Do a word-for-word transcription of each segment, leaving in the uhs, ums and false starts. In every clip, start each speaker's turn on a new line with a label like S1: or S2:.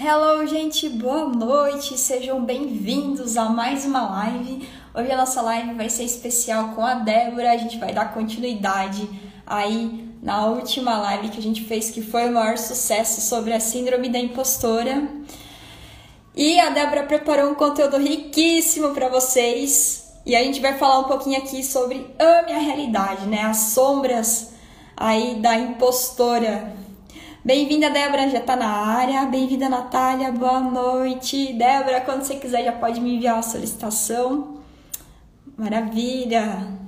S1: Hello, gente, boa noite, sejam bem-vindos a mais uma live. Hoje a nossa live vai ser especial com a Débora, a gente vai dar continuidade aí na última live que a gente fez, que foi o maior sucesso sobre a síndrome da impostora. E a Débora preparou um conteúdo riquíssimo para vocês, e a gente vai falar um pouquinho aqui sobre ame a realidade, né? As sombras aí da impostora. Bem-vinda, Débora, já tá na área. Bem-vinda, Natália, boa noite. Débora, quando você quiser já pode me enviar uma solicitação. Maravilha.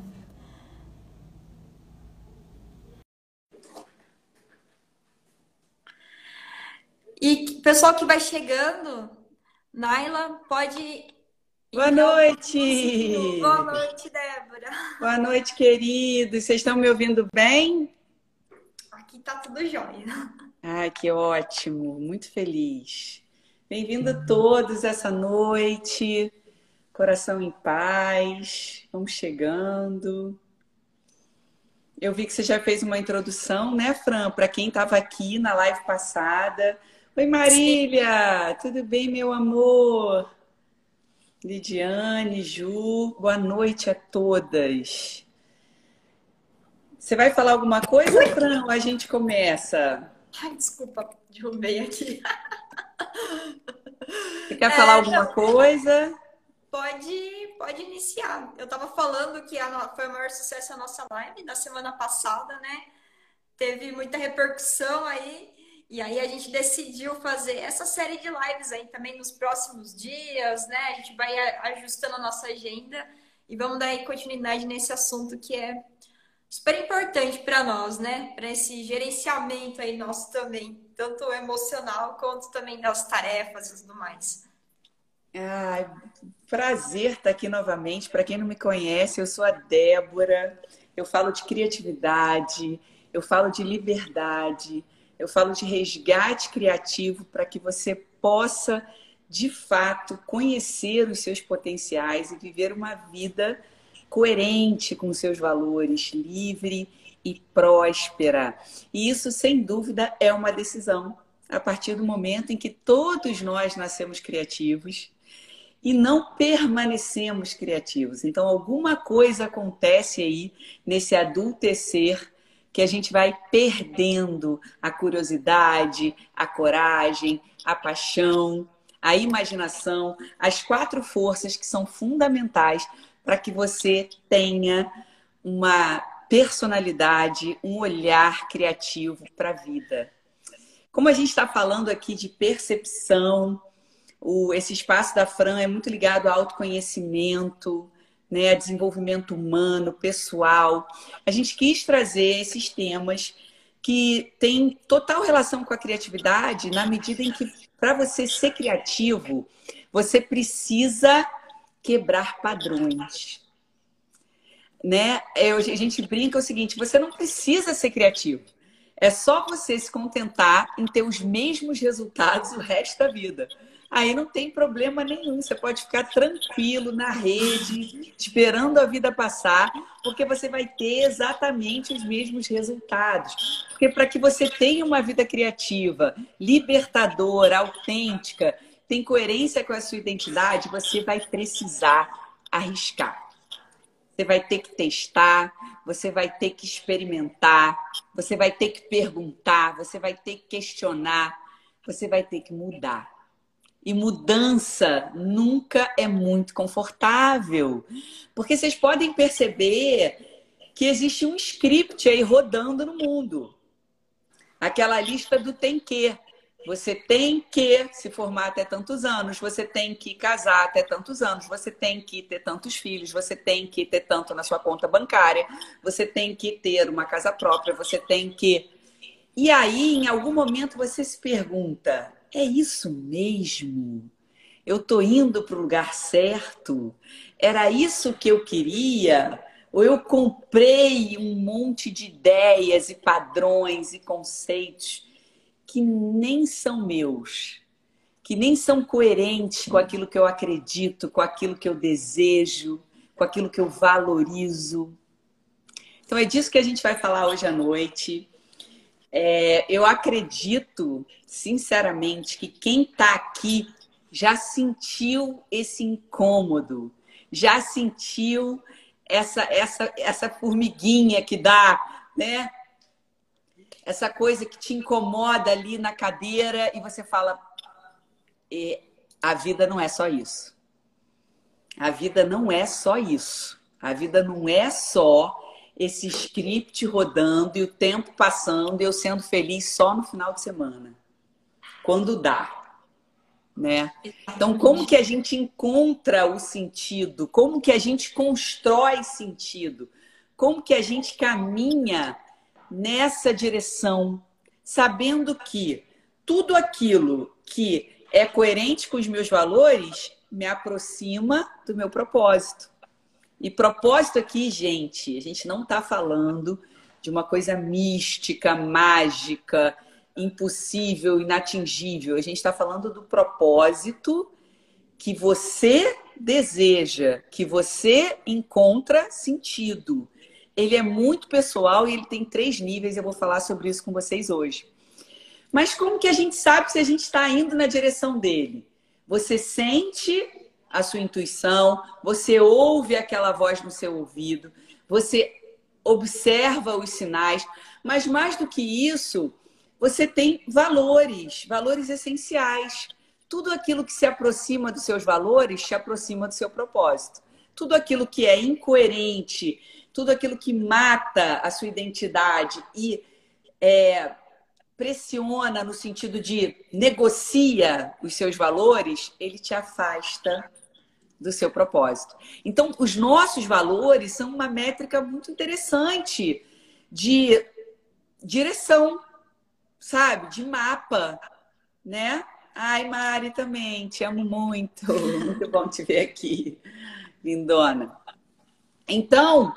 S1: E pessoal que vai chegando, Naila, pode...
S2: Boa noite!
S1: Um Boa noite, Débora.
S2: Boa noite, queridos. Vocês estão me ouvindo bem?
S1: Aqui tá tudo jóia.
S2: Ai, que ótimo. Muito feliz. Bem-vindo todos essa noite. Coração em paz. Vamos chegando. Eu vi que você já fez uma introdução, né, Fran? Para quem estava aqui na live passada. Oi, Marília! Sim. Tudo bem, meu amor? Lidiane, Ju, boa noite a todas. Você vai falar alguma coisa, Fran, ou a gente começa?
S1: Ai, desculpa, derrubei aqui.
S2: Você quer é, falar alguma não, coisa?
S1: Pode, pode iniciar. Eu tava falando que a, foi o maior sucesso a nossa live da semana passada, né? Teve muita repercussão aí. E aí a gente decidiu fazer essa série de lives aí também nos próximos dias, né? A gente vai ajustando a nossa agenda e vamos dar aí continuidade nesse assunto que é super importante para nós, né? Para esse gerenciamento aí nosso também, tanto emocional quanto também das tarefas e tudo mais.
S2: Ai, prazer estar aqui novamente. Para quem não me conhece, eu sou a Débora. Eu falo de criatividade, eu falo de liberdade, eu falo de resgate criativo para que você possa, de fato, conhecer os seus potenciais e viver uma vida coerente com seus valores, livre e próspera. E isso, sem dúvida, é uma decisão. A partir do momento em que todos nós nascemos criativos e não permanecemos criativos. Então, alguma coisa acontece aí nesse adultecer que a gente vai perdendo a curiosidade, a coragem, a paixão, a imaginação, as quatro forças que são fundamentais para que você tenha uma personalidade, um olhar criativo para a vida. Como a gente está falando aqui de percepção, o, esse espaço da Fran é muito ligado ao autoconhecimento, né, a desenvolvimento humano, pessoal. A gente quis trazer esses temas que têm total relação com a criatividade, na medida em que, para você ser criativo, você precisa quebrar padrões. Né? Eu, a gente brinca o seguinte, você não precisa ser criativo. É só você se contentar em ter os mesmos resultados o resto da vida. Aí não tem problema nenhum. Você pode ficar tranquilo na rede, esperando a vida passar, porque você vai ter exatamente os mesmos resultados. Porque para que você tenha uma vida criativa, libertadora, autêntica, tem coerência com a sua identidade, você vai precisar arriscar. Você vai ter que testar, você vai ter que experimentar, você vai ter que perguntar, você vai ter que questionar, você vai ter que mudar. E mudança nunca é muito confortável. Porque vocês podem perceber que existe um script aí rodando no mundo. Aquela lista do tem que. Você tem que se formar até tantos anos, você tem que casar até tantos anos, você tem que ter tantos filhos, você tem que ter tanto na sua conta bancária, você tem que ter uma casa própria, você tem que... E aí, em algum momento, você se pergunta, é isso mesmo? Eu tô indo para o lugar certo? Era isso que eu queria? Ou eu comprei um monte de ideias e padrões e conceitos que nem são meus, que nem são coerentes com aquilo que eu acredito, com aquilo que eu desejo, com aquilo que eu valorizo. Então é disso que a gente vai falar hoje à noite. É, eu acredito, sinceramente, que quem está aqui já sentiu esse incômodo, já sentiu essa, essa, essa formiguinha que dá, né? Essa coisa que te incomoda ali na cadeira e você fala, e a vida não é só isso. A vida não é só isso. A vida não é só esse script rodando e o tempo passando e eu sendo feliz só no final de semana. Quando dá, né? Então, como que a gente encontra o sentido? Como que a gente constrói sentido? Como que a gente caminha nessa direção, sabendo que tudo aquilo que é coerente com os meus valores me aproxima do meu propósito. E propósito aqui, gente, a gente não está falando de uma coisa mística, mágica, impossível, inatingível. A gente está falando do propósito que você deseja, que você encontra sentido. Ele é muito pessoal e ele tem três níveis. Eu vou falar sobre isso com vocês hoje. Mas como que a gente sabe se a gente está indo na direção dele? Você sente a sua intuição, você ouve aquela voz no seu ouvido, você observa os sinais, mas mais do que isso, você tem valores, valores essenciais. Tudo aquilo que se aproxima dos seus valores te aproxima do seu propósito. Tudo aquilo que é incoerente, tudo aquilo que mata a sua identidade e é, pressiona no sentido de negocia os seus valores, ele te afasta do seu propósito. Então, os nossos valores são uma métrica muito interessante de direção, sabe? De mapa, né? Ai, Mari, também, te amo muito. Muito bom te ver aqui, lindona. Então,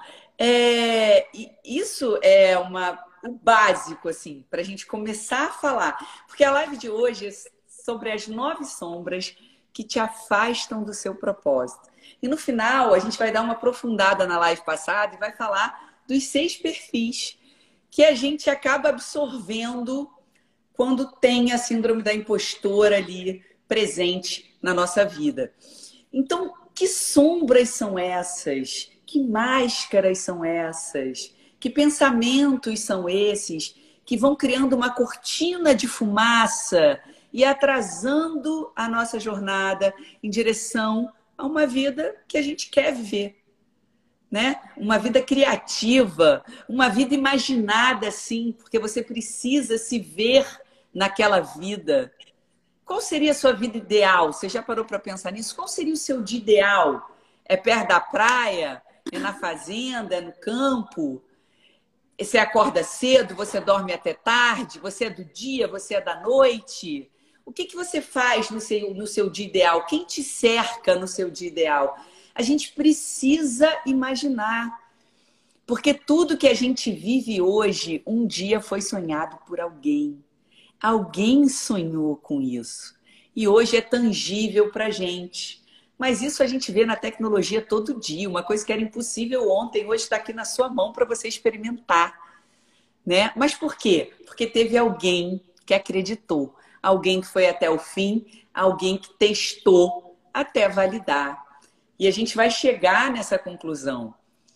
S2: é, isso é uma, o básico, assim, para a gente começar a falar. Porque a live de hoje é sobre as nove sombras que te afastam do seu propósito. E no final, a gente vai dar uma aprofundada na live passada e vai falar dos seis perfis que a gente acaba absorvendo quando tem a síndrome da impostora ali presente na nossa vida. Então, que sombras são essas? Que máscaras são essas? Que pensamentos são esses que vão criando uma cortina de fumaça e atrasando a nossa jornada em direção a uma vida que a gente quer viver, né? Uma vida criativa, uma vida imaginada, sim, porque você precisa se ver naquela vida. Qual seria a sua vida ideal? Você já parou para pensar nisso? Qual seria o seu dia ideal? É perto da praia? É na fazenda? É no campo? Você acorda cedo? Você dorme até tarde? Você é do dia? Você é da noite? O que, que você faz no seu, no seu dia ideal? Quem te cerca no seu dia ideal? A gente precisa imaginar. Porque tudo que a gente vive hoje, um dia foi sonhado por alguém. Alguém sonhou com isso. E hoje é tangível para a gente. Mas isso a gente vê na tecnologia todo dia. Uma coisa que era impossível ontem, hoje está aqui na sua mão para você experimentar, né? Mas por quê? Porque teve alguém que acreditou. Alguém que foi até o fim, alguém que testou até validar. E a gente vai chegar nessa conclusão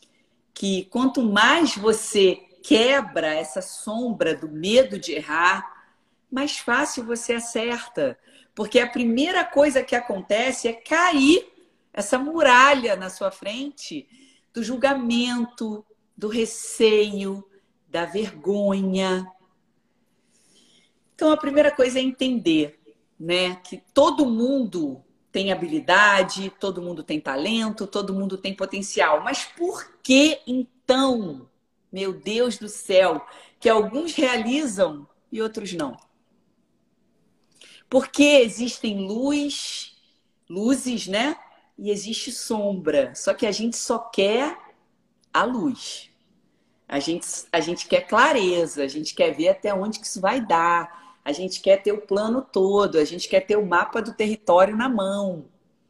S2: que quanto mais você quebra essa sombra do medo de errar, mais fácil você acerta. Porque a primeira coisa que acontece é cair essa muralha na sua frente do julgamento, do receio, da vergonha. Então, a primeira coisa é entender, né, que todo mundo tem habilidade, todo mundo tem talento, todo mundo tem potencial. Mas por que, então, meu Deus do céu, que alguns realizam e outros não? Porque existem luz, luzes, né? E existe sombra. Só que a gente só quer a luz. A gente, a gente quer clareza, a gente quer ver até onde que isso vai dar. A gente quer ter o plano todo, a gente quer ter o mapa do território na mão.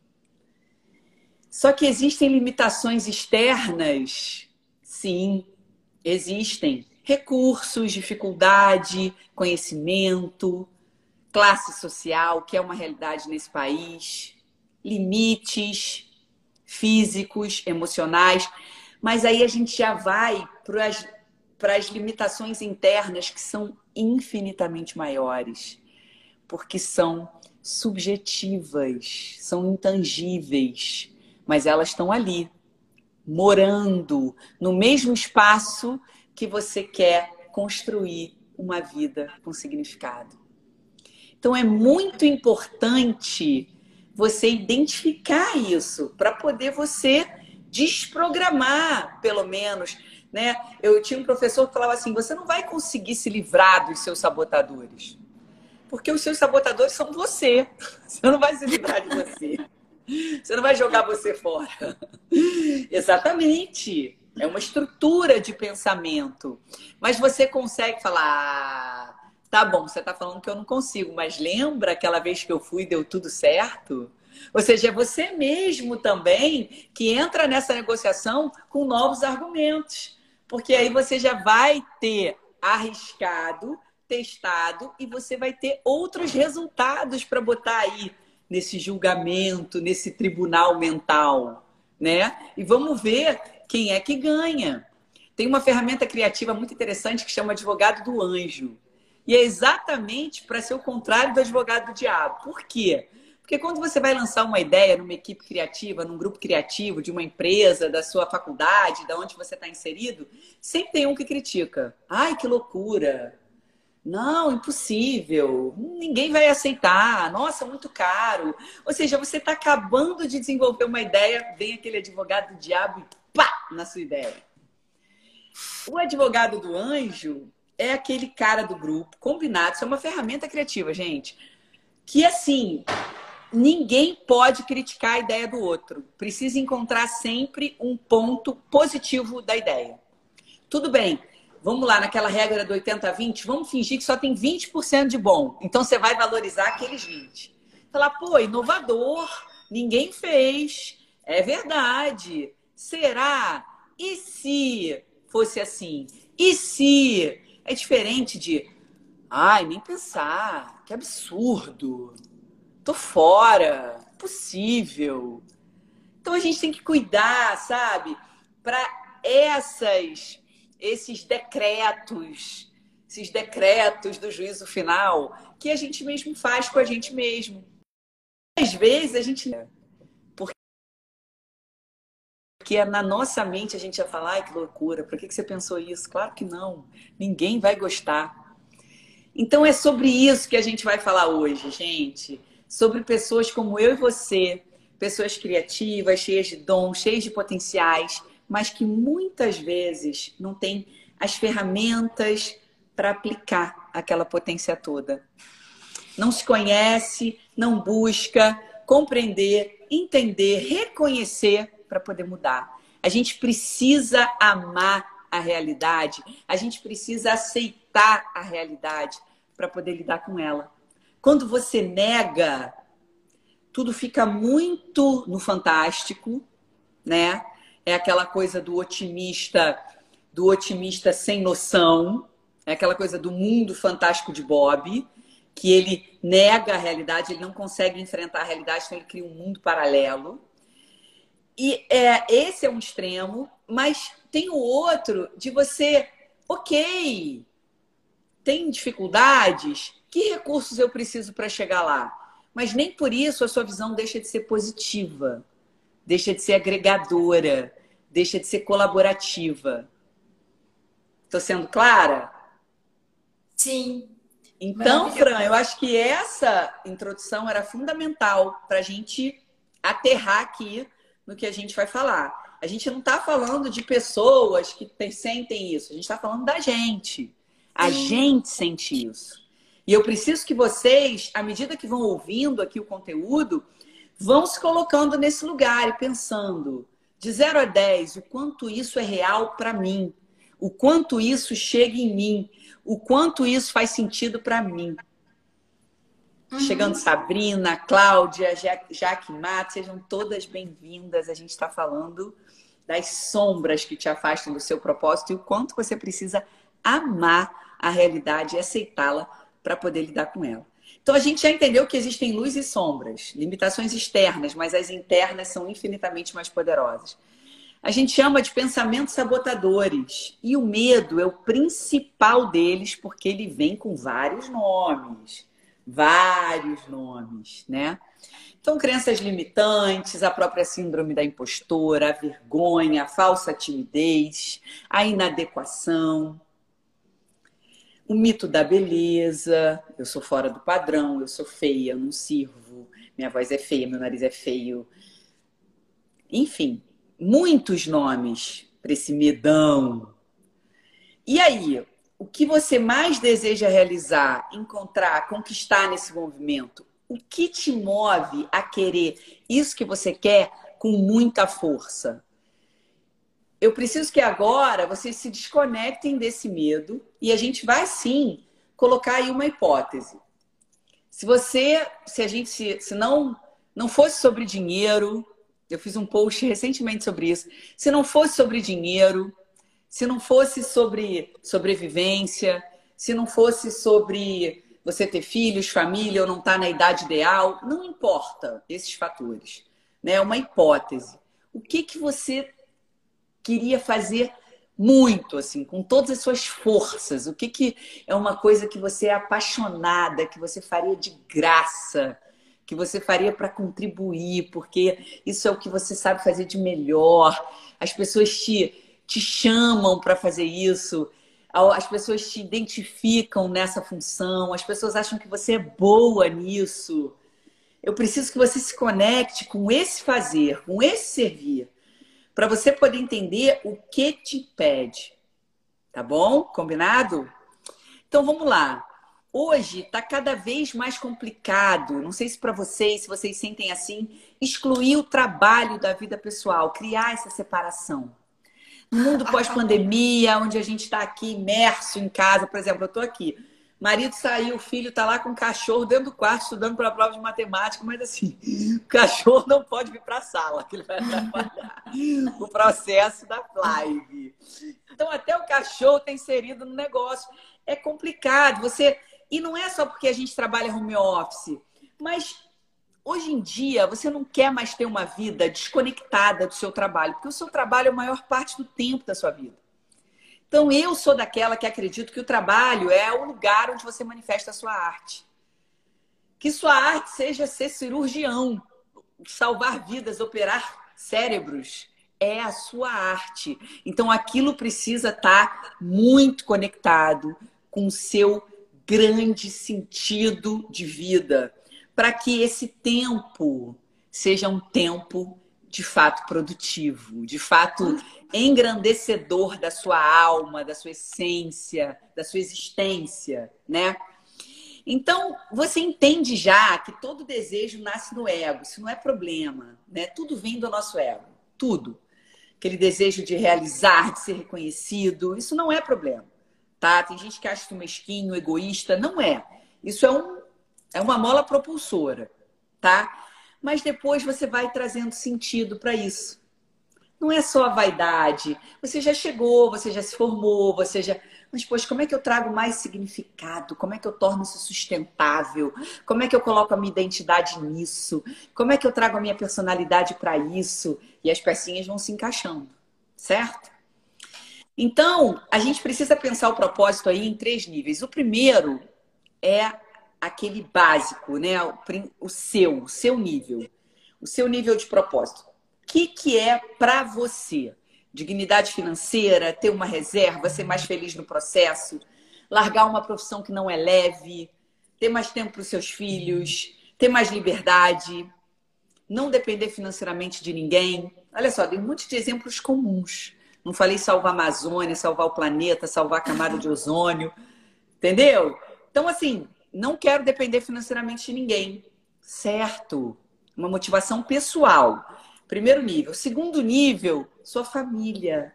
S2: Só que existem limitações externas? Sim, existem. recursos, dificuldade, conhecimento, classe social, que é uma realidade nesse país, limites físicos, emocionais, mas aí a gente já vai para as limitações internas que são infinitamente maiores, porque são subjetivas, são intangíveis, mas elas estão ali, morando no mesmo espaço que você quer construir uma vida com significado. Então é muito importante você identificar isso para poder você desprogramar, pelo menos, né? Eu tinha um professor que falava assim: você não vai conseguir se livrar dos seus sabotadores, porque os seus sabotadores são você. Você não vai se livrar de você. Você não vai jogar você fora. Exatamente. É uma estrutura de pensamento. Mas você consegue falar: ah, tá bom, você tá falando que eu não consigo, mas lembra aquela vez que eu fui e deu tudo certo? Ou seja, é você mesmo também que entra nessa negociação com novos argumentos. Porque aí você já vai ter arriscado, testado, e você vai ter outros resultados para botar aí nesse julgamento, nesse tribunal mental, né? E vamos ver quem é que ganha. Tem uma ferramenta criativa muito interessante que chama advogado do anjo. E é exatamente para ser o contrário do advogado do diabo. Por quê? Porque quando você vai lançar uma ideia numa equipe criativa, num grupo criativo, de uma empresa, da sua faculdade, da onde você está inserido, sempre tem um que critica. Ai, que loucura! Não, impossível. Ninguém vai aceitar. Nossa, muito caro. Ou seja, você está acabando de desenvolver uma ideia, vem aquele advogado do diabo e pá, na sua ideia. O advogado do anjo é aquele cara do grupo, combinado. Isso é uma ferramenta criativa, gente. Que, assim, ninguém pode criticar a ideia do outro. Precisa encontrar sempre um ponto positivo da ideia. Tudo bem. Vamos lá, naquela regra do oitenta a vinte, vamos fingir que só tem vinte por cento de bom. Então, você vai valorizar aqueles vinte por cento. Falar, pô, inovador, ninguém fez, é verdade. Será? E se fosse assim? E se? É diferente de, ai, nem pensar, que absurdo, tô fora, impossível. Então, a gente tem que cuidar, sabe? Para essas... esses decretos, esses decretos do juízo final, que a gente mesmo faz com a gente mesmo. Às vezes a gente... Porque na nossa mente a gente ia falar, ai, que loucura, por que você pensou isso? Claro que não, ninguém vai gostar. Então é sobre isso que a gente vai falar hoje, gente. Sobre pessoas como eu e você, pessoas criativas, cheias de dom, cheias de potenciais, mas que muitas vezes não tem as ferramentas para aplicar aquela potência toda. Não se conhece, não busca compreender, entender, reconhecer para poder mudar. A gente precisa amar a realidade, a gente precisa aceitar a realidade para poder lidar com ela. Quando você nega, tudo fica muito no fantástico, né? É aquela coisa do otimista, do otimista sem noção. É aquela coisa do mundo fantástico de Bob, que ele nega a realidade, ele não consegue enfrentar a realidade, então ele cria um mundo paralelo. E é, esse é um extremo, mas tem o outro de você, ok, tem dificuldades, que recursos eu preciso para chegar lá? Mas nem por isso a sua visão deixa de ser positiva. Deixa de ser agregadora, deixa de ser colaborativa. Estou sendo clara?
S1: Sim.
S2: Então, Fran, eu acho que essa introdução era fundamental para a gente aterrar aqui no que a gente vai falar. A gente não está falando de pessoas que sentem isso, a gente está falando da gente. A Sim. gente sente isso. E eu preciso que vocês, à medida que vão ouvindo aqui o conteúdo, vão se colocando nesse lugar e pensando, de zero a dez, o quanto isso é real para mim, o quanto isso chega em mim, o quanto isso faz sentido para mim. Uhum. Chegando Sabrina, Cláudia, Jaque Mato, sejam todas bem-vindas. A gente está falando das sombras que te afastam do seu propósito e o quanto você precisa amar a realidade e aceitá-la para poder lidar com ela. Então, a gente já entendeu que existem luz e sombras, limitações externas, mas as internas são infinitamente mais poderosas. A gente chama de pensamentos sabotadores. E o medo é o principal deles, porque ele vem com vários nomes. Vários nomes, né? Então, crenças limitantes, a própria síndrome da impostora, a vergonha, a falsa timidez, a inadequação, o mito da beleza. Eu sou fora do padrão, eu sou feia, eu não sirvo, minha voz é feia, meu nariz é feio. Enfim, muitos nomes para esse medão. E aí, o que você mais deseja realizar, encontrar, conquistar nesse movimento? O que te move a querer isso que você quer com muita força? Eu preciso que agora vocês se desconectem desse medo e a gente vai sim colocar aí uma hipótese. Se você, se a gente, se, se não, não fosse sobre dinheiro, eu fiz um post recentemente sobre isso, se não fosse sobre dinheiro, se não fosse sobre sobrevivência, se não fosse sobre você ter filhos, família ou não estar na idade ideal, não importa esses fatores, né? É uma hipótese. O que que você queria fazer muito, assim, com todas as suas forças? O que que é uma coisa que você é apaixonada, que você faria de graça, que você faria para contribuir, porque isso é o que você sabe fazer de melhor. As pessoas te, te chamam para fazer isso, as pessoas te identificam nessa função, as pessoas acham que você é boa nisso. Eu preciso que você se conecte com esse fazer, com esse servir, para você poder entender o que te pede. Tá bom? Combinado? Então vamos lá. Hoje está cada vez mais complicado, não sei se para vocês, se vocês sentem assim, excluir o trabalho da vida pessoal, criar essa separação. No mundo pós-pandemia, onde a gente está aqui imerso em casa, por exemplo, eu estou aqui. Marido saiu, o filho está lá com o cachorro dentro do quarto, estudando para a prova de matemática, mas assim, o cachorro não pode vir para a sala, que ele vai atrapalhar o processo da live. Então, até o cachorro está inserido no negócio. É complicado. Você... E não é só porque a gente trabalha home office, mas hoje em dia você não quer mais ter uma vida desconectada do seu trabalho, porque o seu trabalho é a maior parte do tempo da sua vida. Então, eu sou daquela que acredito que o trabalho é o lugar onde você manifesta a sua arte. Que sua arte seja ser cirurgião, salvar vidas, operar cérebros. É a sua arte. Então, aquilo precisa estar muito conectado com o seu grande sentido de vida, para que esse tempo seja um tempo de fato produtivo, de fato engrandecedor da sua alma, da sua essência, da sua existência, né? Então, você entende já que todo desejo nasce no ego, isso não é problema, né? Tudo vem do nosso ego, tudo. Aquele desejo de realizar, de ser reconhecido, isso não é problema, tá? Tem gente que acha isso mesquinho, egoísta, não é. Isso é, um, é uma mola propulsora, tá? Mas depois você vai trazendo sentido para isso. Não é só a vaidade. Você já chegou, você já se formou, você já... Mas, poxa, como é que eu trago mais significado? Como é que eu torno isso sustentável? Como é que eu coloco a minha identidade nisso? Como é que eu trago a minha personalidade para isso? E as pecinhas vão se encaixando, certo? Então, a gente precisa pensar o propósito aí em três níveis. O primeiro é aquele básico, né? O seu, o seu nível. O seu nível de propósito. O que, que é para você? Dignidade financeira, ter uma reserva, ser mais feliz no processo, largar uma profissão que não é leve, ter mais tempo para os seus filhos, ter mais liberdade, não depender financeiramente de ninguém. Olha só, dei um monte de exemplos comuns. Não falei salvar a Amazônia, salvar o planeta, salvar a camada de ozônio. Entendeu? Então, assim, não quero depender financeiramente de ninguém. Certo? Uma motivação pessoal. Primeiro nível. Segundo nível, sua família.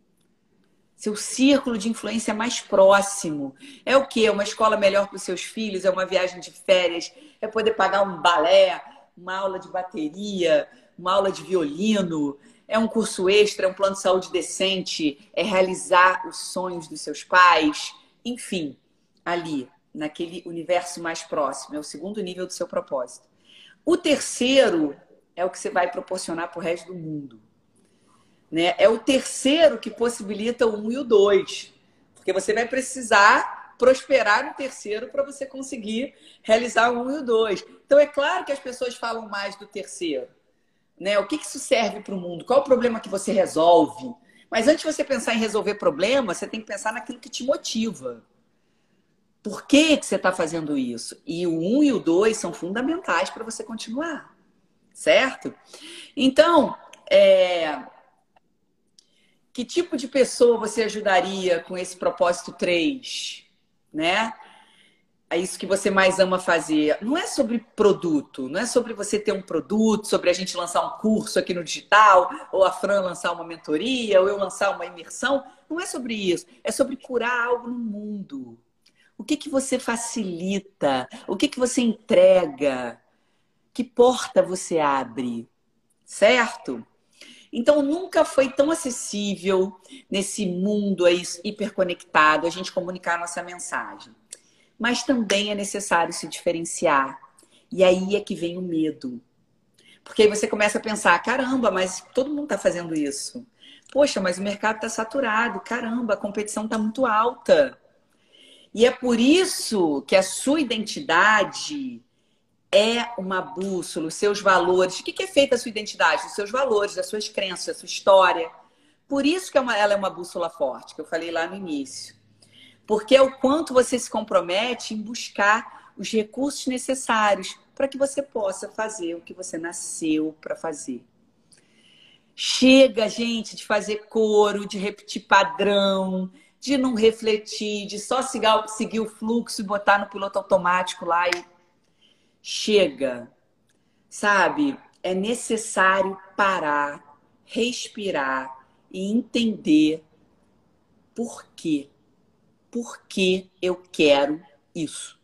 S2: Seu círculo de influência mais próximo. É o quê? Uma escola melhor para os seus filhos? É uma viagem de férias? É poder pagar um balé? Uma aula de bateria? Uma aula de violino? É um curso extra, é um plano de saúde decente, é realizar os sonhos dos seus pais, enfim, ali, naquele universo mais próximo, é o segundo nível do seu propósito. O terceiro é o que você vai proporcionar para o resto do mundo, né? É o terceiro que possibilita o um e o dois, porque você vai precisar prosperar no terceiro para você conseguir realizar o um e o dois. Então, é claro que as pessoas falam mais do terceiro, né? O que que isso serve para o mundo? Qual o problema que você resolve? Mas antes de você pensar em resolver problema, você tem que pensar naquilo que te motiva. Por que que você está fazendo isso? E o um e o dois são fundamentais para você continuar, certo? Então, é... que tipo de pessoa você ajudaria com esse propósito três, né? É isso que você mais ama fazer. Não é sobre produto, não é sobre você ter um produto, sobre a gente lançar um curso aqui no digital, ou a Fran lançar uma mentoria, ou eu lançar uma imersão. Não é sobre isso. É sobre curar algo no mundo. O que que você facilita? O que que você entrega? Que porta você abre? Certo? Então, nunca foi tão acessível nesse mundo aí hiperconectado a gente comunicar a nossa mensagem. Mas também é necessário se diferenciar. E aí é que vem o medo. Porque aí você começa a pensar, caramba, mas todo mundo está fazendo isso. Poxa, mas o mercado está saturado. Caramba, a competição está muito alta. E é por isso que a sua identidade é uma bússola, os seus valores. O que é feita a sua identidade? Os seus valores, as suas crenças, a sua história. Por isso que ela é uma bússola forte, que eu falei lá no início. Porque é o quanto você se compromete em buscar os recursos necessários para que você possa fazer o que você nasceu para fazer. Chega, gente, de fazer coro, de repetir padrão, de não refletir, de só seguir o fluxo e botar no piloto automático lá e... Chega, sabe? É necessário parar, respirar e entender por quê. Por que eu quero isso?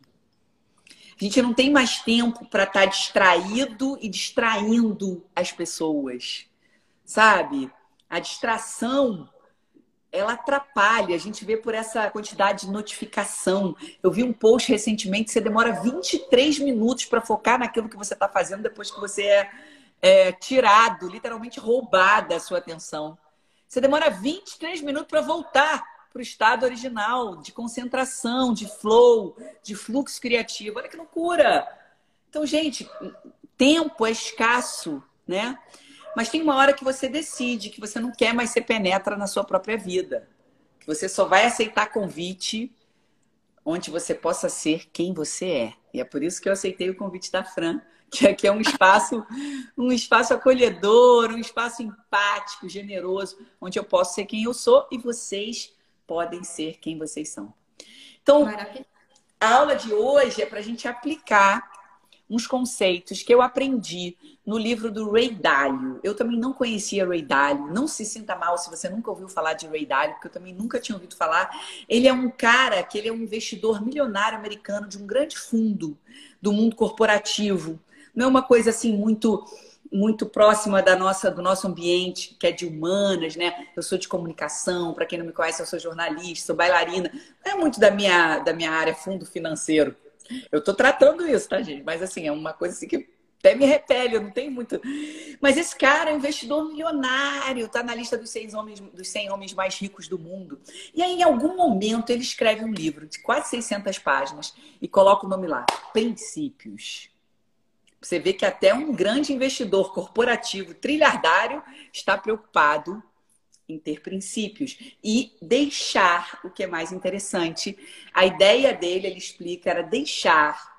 S2: A gente não tem mais tempo para estar distraído e distraindo as pessoas, sabe? A distração, ela atrapalha. A gente vê por essa quantidade de notificação. Eu vi um post recentemente que você demora vinte e três minutos para focar naquilo que você está fazendo depois que você é, é tirado, literalmente roubada a sua atenção. Você demora vinte e três minutos para voltar para o estado original, de concentração, de flow, de fluxo criativo. Olha que loucura! Então, gente, tempo é escasso, né? Mas tem uma hora que você decide que você não quer mais ser penetra na sua própria vida. Que você só vai aceitar convite onde você possa ser quem você é. E é por isso que eu aceitei o convite da Fran, que aqui é um espaço, um espaço acolhedor, um espaço empático, generoso, onde eu posso ser quem eu sou e vocês podem ser quem vocês são. Então, maravilha. A aula de hoje é para a gente aplicar uns conceitos que eu aprendi no livro do Ray Dalio. Eu também não conhecia Ray Dalio. Não se sinta mal se você nunca ouviu falar de Ray Dalio, porque eu também nunca tinha ouvido falar. Ele é um cara que ele é um investidor milionário americano de um grande fundo do mundo corporativo. Não é uma coisa assim muito... muito próxima da nossa, do nosso ambiente, que é de humanas, né? Eu sou de comunicação, para quem não me conhece, eu sou jornalista, sou bailarina. Não é muito da minha, da minha área, fundo financeiro. Eu estou tratando isso, tá, gente? Mas, assim, é uma coisa assim que até me repele, eu não tenho muito... Mas esse cara é um investidor milionário, tá na lista dos cem homens, dos cem homens mais ricos do mundo. E aí, em algum momento, ele escreve um livro de quase seiscentas páginas e coloca o nome lá, Princípios. Você vê que até um grande investidor corporativo trilhardário está preocupado em ter princípios e deixar o que é mais interessante. A ideia dele, ele explica, era deixar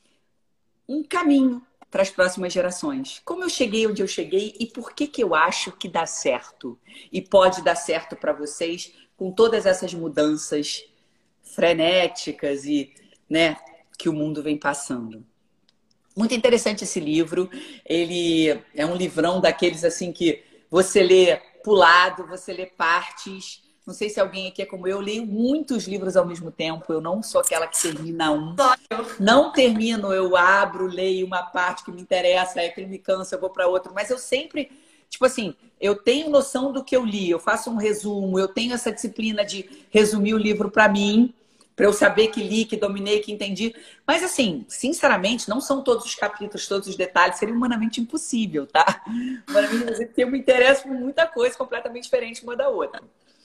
S2: um caminho para as próximas gerações. Como eu cheguei onde eu cheguei e por que que eu acho que dá certo e pode dar certo para vocês com todas essas mudanças frenéticas e, né, que o mundo vem passando. Muito interessante esse livro. Ele é um livrão daqueles assim que você lê pulado, você lê partes. Não sei se alguém aqui é como eu, eu leio muitos livros ao mesmo tempo. Eu não sou aquela que termina um. Não termino, eu abro, leio uma parte que me interessa, aí aquilo me cansa, eu vou para outro. Mas eu sempre Tipo assim, eu tenho noção do que eu li, eu faço um resumo, eu tenho essa disciplina de resumir o livro para mim, para eu saber que li, que dominei, que entendi. Mas assim, sinceramente, não são todos os capítulos, todos os detalhes, seria humanamente impossível, tá? Humanamente impossível, porque eu me interesso por muita coisa completamente diferente uma da outra.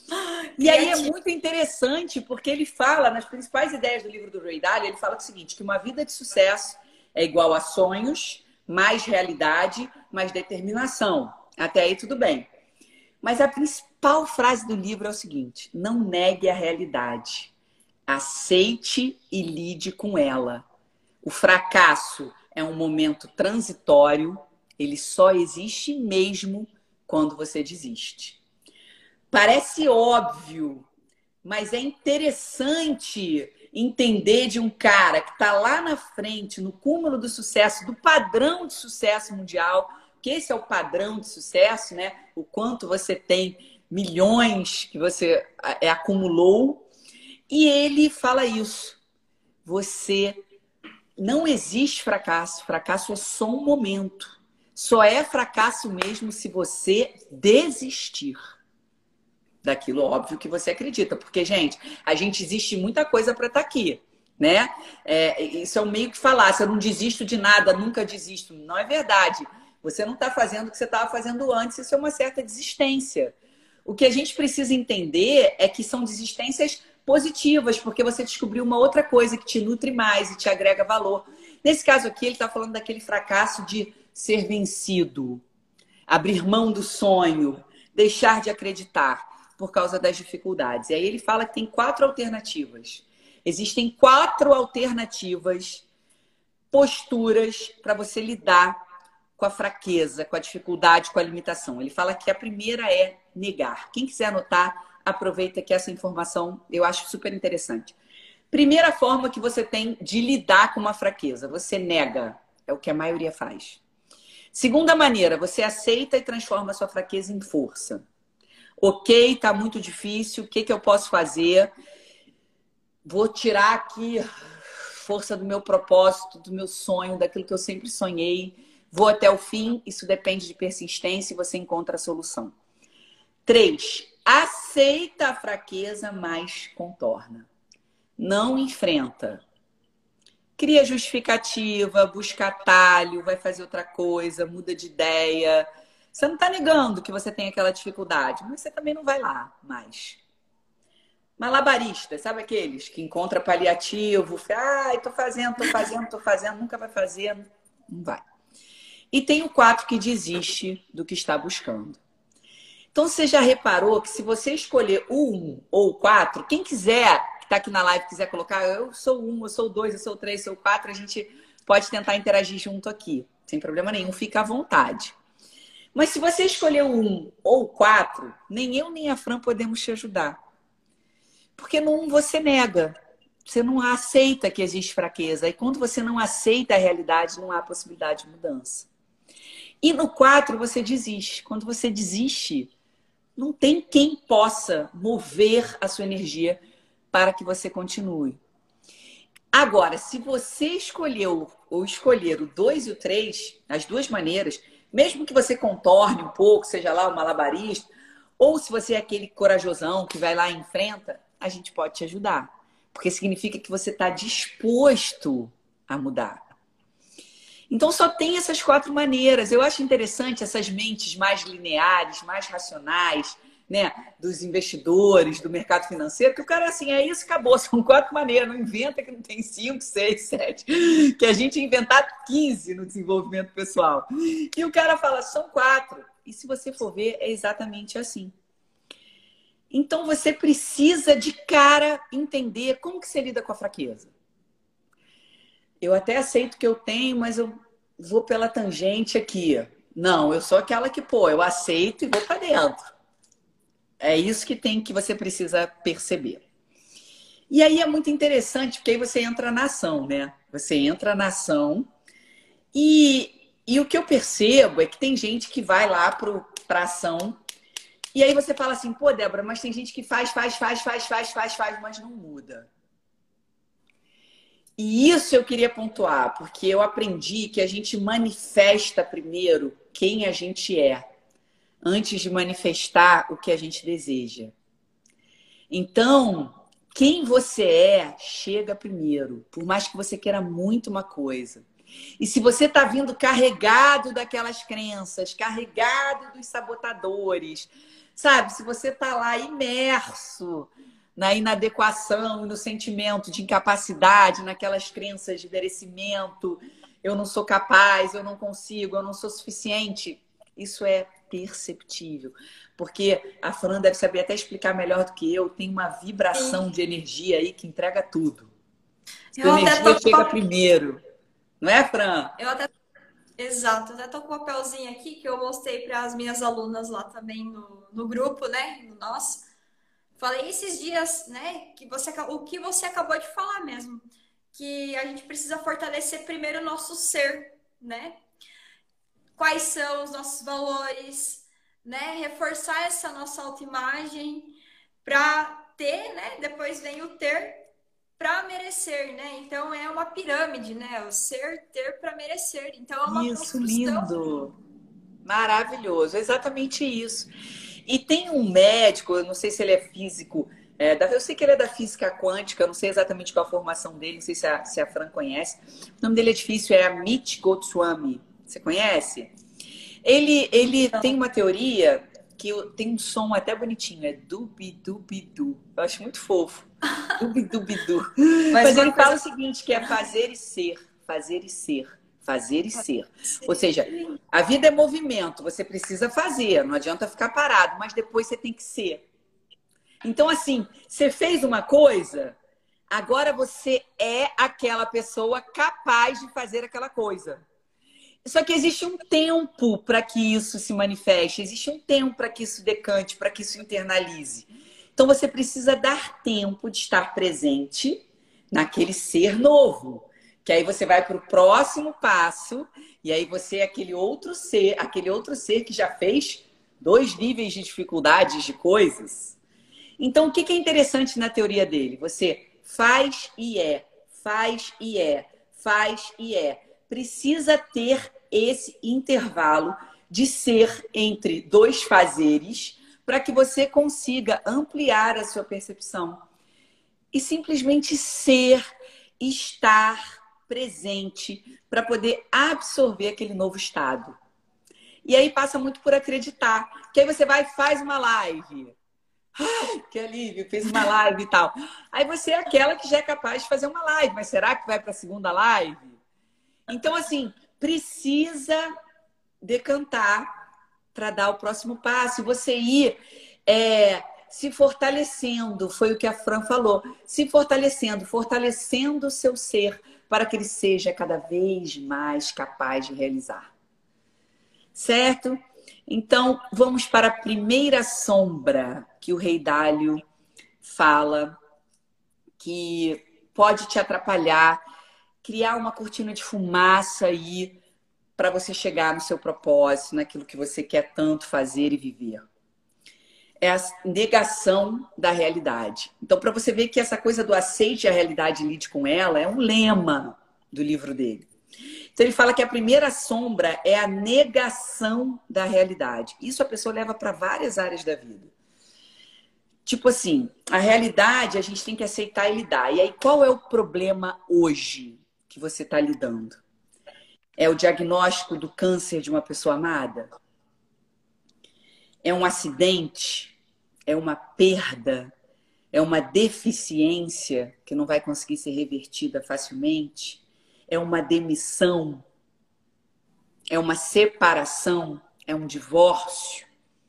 S2: E aí é muito interessante porque ele fala, nas principais ideias do livro do Ray Dalio, ele fala o seguinte, que uma vida de sucesso é igual a sonhos, mais realidade, mais determinação. Até aí tudo bem. Mas a principal frase do livro é o seguinte, não negue a realidade. Aceite e lide com ela. O fracasso é um momento transitório, ele só existe mesmo quando você desiste. Parece óbvio, mas é interessante entender de um cara que está lá na frente, no cúmulo do sucesso, do padrão de sucesso mundial, que esse é o padrão de sucesso, né? O quanto você tem milhões que você acumulou. E ele fala isso. Você não existe fracasso. Fracasso é só um momento. Só é fracasso mesmo se você desistir daquilo óbvio que você acredita. Porque, gente, a gente existe muita coisa para estar aqui, né? É, isso é um meio que falar, se eu não desisto de nada, nunca desisto. Não é verdade. Você não está fazendo o que você estava fazendo antes, isso é uma certa desistência. O que a gente precisa entender é que são desistências positivas, porque você descobriu uma outra coisa que te nutre mais e te agrega valor. Nesse caso aqui, ele está falando daquele fracasso de ser vencido, abrir mão do sonho, deixar de acreditar por causa das dificuldades. E aí ele fala que tem quatro alternativas. Existem quatro alternativas, posturas para você lidar com a fraqueza, com a dificuldade, com a limitação. Ele fala que a primeira é negar. Quem quiser anotar, aproveita que essa informação eu acho super interessante. Primeira forma que você tem de lidar com uma fraqueza, você nega. É o que a maioria faz. Segunda maneira, você aceita e transforma a sua fraqueza em força. Ok, tá muito difícil, o que, que eu posso fazer? Vou tirar aqui força do meu propósito, do meu sonho, daquilo que eu sempre sonhei. Vou até o fim, isso depende de persistência e você encontra a solução. Três, aceita a fraqueza, mas contorna. Não enfrenta. Cria justificativa, busca atalho, vai fazer outra coisa, muda de ideia. Você não está negando que você tem aquela dificuldade, mas você também não vai lá mais. Malabarista, sabe aqueles que encontra paliativo, ai, tô fazendo, tô fazendo, tô fazendo, nunca vai fazer, não vai. E tem o quatro que desiste do que está buscando. Então, você já reparou que se você escolher o um ou o quatro, quem quiser, que está aqui na live, quiser colocar, eu sou um, eu sou dois, eu sou três, eu sou quatro, a gente pode tentar interagir junto aqui. Sem problema nenhum, fica à vontade. Mas se você escolher o um ou o quatro, nem eu nem a Fran podemos te ajudar. Porque no um você nega. Você não aceita que existe fraqueza. E quando você não aceita a realidade, não há possibilidade de mudança. E no quatro você desiste. Quando você desiste, não tem quem possa mover a sua energia para que você continue. Agora, se você escolheu ou escolher o dois e o três, as duas maneiras, mesmo que você contorne um pouco, seja lá o malabarista, ou se você é aquele corajosão que vai lá e enfrenta, a gente pode te ajudar. Porque significa que você está disposto a mudar. Então, só tem essas quatro maneiras. Eu acho interessante essas mentes mais lineares, mais racionais, né, dos investidores, do mercado financeiro, que o cara, assim, é isso, acabou. São quatro maneiras. Não inventa que não tem cinco, seis, sete. Que a gente ia inventar quinze no desenvolvimento pessoal. E o cara fala, são quatro. E se você for ver, é exatamente assim. Então, você precisa de cara entender como que você lida com a fraqueza. Eu até aceito que eu tenho, mas eu vou pela tangente aqui. Não, eu sou aquela que, pô, eu aceito e vou para dentro. É isso que tem que você precisa perceber. E aí é muito interessante, porque aí você entra na ação, né? Você entra na ação e, e o que eu percebo é que tem gente que vai lá para a ação e aí você fala assim, pô, Débora, mas tem gente que faz, faz, faz, faz, faz, faz, faz, mas não muda. E isso eu queria pontuar, porque eu aprendi que a gente manifesta primeiro quem a gente é. antes de manifestar o que a gente deseja. Então, quem você é, chega primeiro, por mais que você queira muito uma coisa. E se você está vindo carregado daquelas crenças, carregado dos sabotadores, sabe? Se você está lá imerso na inadequação, no sentimento de incapacidade, naquelas crenças de merecimento, eu não sou capaz, eu não consigo, eu não sou suficiente, isso é perceptível. Porque a Fran deve saber até explicar melhor do que eu, tem uma vibração de energia aí que entrega tudo. A energia chega primeiro. Não é, Fran?
S1: Eu até... Exato. Eu até tô com um papelzinho aqui que eu mostrei para as minhas alunas lá também no, no grupo, né? No nosso. Falei esses dias, né? Que você, o que você acabou de falar mesmo. Que a gente precisa fortalecer primeiro o nosso ser, né? Quais são os nossos valores, né? Reforçar essa nossa autoimagem para ter, né? Depois vem o ter para merecer, né? Então é uma pirâmide, né? O ser, ter para merecer. Então é uma
S2: isso,
S1: construção.
S2: Lindo. Maravilhoso, exatamente isso. E tem um médico, eu não sei se ele é físico, é, eu sei que ele é da física quântica, eu não sei exatamente qual a formação dele, não sei se a, se a Fran conhece. O nome dele é difícil, é Amit Goswami. Você conhece? Ele, ele tem uma teoria que tem um som até bonitinho, é dubi-dubi-du. Eu acho muito fofo. Dubi-dubi-du. Mas, Mas ele coisa... fala o seguinte, que é fazer e ser, fazer e ser. Fazer e ser. Ou seja, a vida é movimento, você precisa fazer, não adianta ficar parado, mas depois você tem que ser. Então, assim, você fez uma coisa, agora você é aquela pessoa capaz de fazer aquela coisa. Só que existe um tempo para que isso se manifeste, existe um tempo para que isso decante, para que isso internalize. Então, você precisa dar tempo de estar presente naquele ser novo. Que aí você vai para o próximo passo e aí você é aquele outro ser, aquele outro ser que já fez dois níveis de dificuldades de coisas. Então, o que é interessante na teoria dele? Você faz e é, faz e é, faz e é. Precisa ter esse intervalo de ser entre dois fazeres para que você consiga ampliar a sua percepção. E simplesmente ser, estar presente para poder absorver aquele novo estado. E aí passa muito por acreditar. Que aí você vai e faz uma live. Ai, que alívio, fez uma live e tal. Aí você é aquela que já é capaz de fazer uma live, mas será que vai para a segunda live? Então, assim, precisa decantar para dar o próximo passo. E você ir é, se fortalecendo, foi o que a Fran falou, se fortalecendo, fortalecendo o seu ser, para que ele seja cada vez mais capaz de realizar. Certo? Então, vamos para a primeira sombra que o Rei Dálio fala, que pode te atrapalhar, criar uma cortina de fumaça aí para você chegar no seu propósito, naquilo que você quer tanto fazer e viver. É a negação da realidade. Então, para você ver que essa coisa do aceite a realidade e lide com ela é um lema do livro dele. Então, ele fala que a primeira sombra é a negação da realidade. Isso a pessoa leva para várias áreas da vida. Tipo assim, a realidade a gente tem que aceitar e lidar. E aí, qual é o problema hoje que você está lidando? É o diagnóstico do câncer de uma pessoa amada? É um acidente? É uma perda? É uma deficiência que não vai conseguir ser revertida facilmente? É uma demissão? É uma separação? É um divórcio?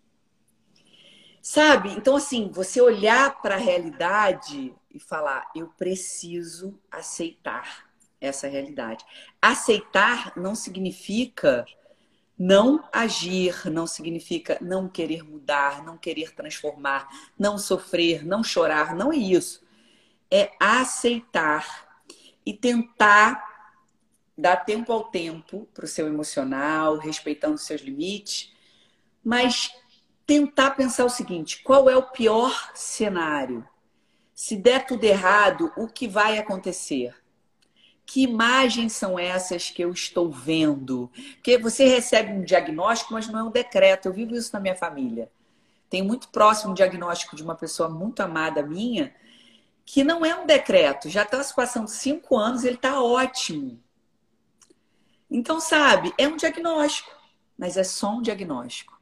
S2: Sabe? Então, assim, você olhar para a realidade e falar, eu preciso aceitar essa realidade. Aceitar não significa não agir, não significa não querer mudar, não querer transformar, não sofrer, não chorar, não é isso. É aceitar e tentar dar tempo ao tempo para o seu emocional, respeitando os seus limites, mas tentar pensar o seguinte, qual é o pior cenário? Se der tudo errado, o que vai acontecer? Que imagens são essas que eu estou vendo? Porque você recebe um diagnóstico, mas não é um decreto. Eu vivo isso na minha família. Tenho muito próximo um diagnóstico de uma pessoa muito amada minha, que não é um decreto. Já está se passando cinco anos, ele está ótimo. Então, sabe, é um diagnóstico, mas é só um diagnóstico.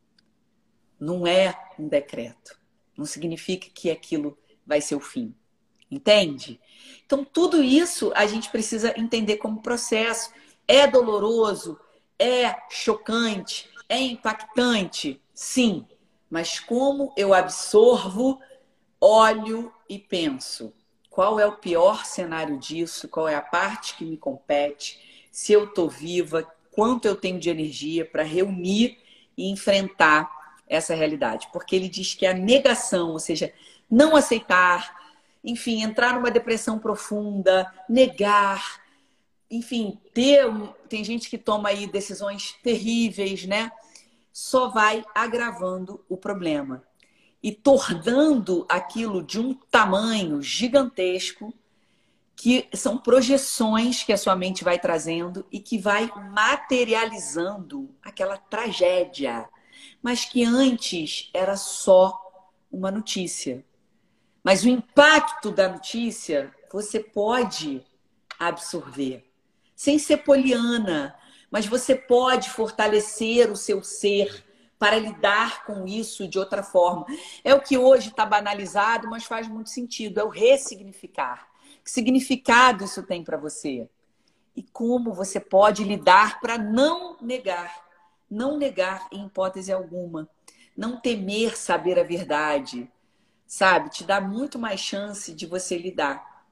S2: Não é um decreto. Não significa que aquilo vai ser o fim. Entende? Então, tudo isso a gente precisa entender como processo. É doloroso? É chocante? É impactante? Sim. Mas como eu absorvo, olho e penso? Qual é o pior cenário disso? Qual é a parte que me compete? Se eu estou viva, quanto eu tenho de energia para reunir e enfrentar essa realidade? Porque ele diz que a negação, ou seja, não aceitar, enfim, entrar numa depressão profunda, negar, enfim, ter um... tem gente que toma aí decisões terríveis, né? Só vai agravando o problema e tornando aquilo de um tamanho gigantesco, que são projeções que a sua mente vai trazendo e que vai materializando aquela tragédia, mas que antes era só uma notícia. Mas o impacto da notícia você pode absorver, sem ser poliana, mas você pode fortalecer o seu ser para lidar com isso de outra forma. É o que hoje está banalizado, mas faz muito sentido, é o ressignificar. Que significado isso tem para você? E como você pode lidar para não negar, não negar em hipótese alguma, não temer saber a verdade, sabe? Te dá muito mais chance de você lidar.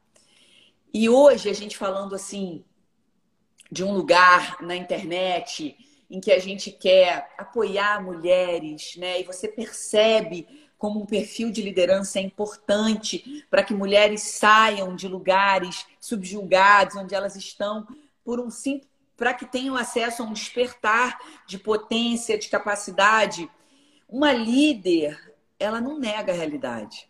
S2: E hoje a gente falando assim de um lugar na internet em que a gente quer apoiar mulheres, né? E você percebe como um perfil de liderança é importante para que mulheres saiam de lugares subjugados, onde elas estão, por um simples, para que tenham acesso a um despertar de potência, de capacidade. Uma líder, ela não nega a realidade.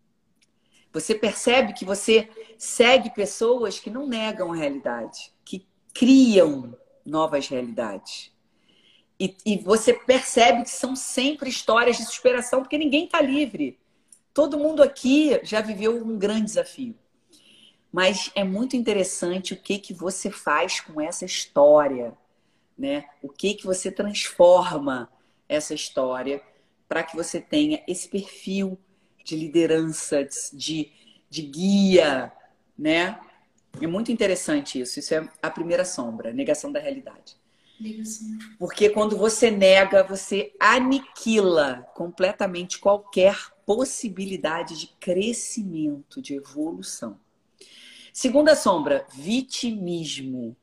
S2: Você percebe que você segue pessoas que não negam a realidade, que criam novas realidades. E, e você percebe que são sempre histórias de superação, porque ninguém está livre. Todo mundo aqui já viveu um grande desafio. Mas é muito interessante o que, que você faz com essa história, né? O que, que você transforma essa história para que você tenha esse perfil de liderança, de, de guia, né? É muito interessante isso. Isso é a primeira sombra, negação da realidade. Porque quando você nega, você aniquila completamente qualquer possibilidade de crescimento, de evolução. Segunda sombra, vitimismo.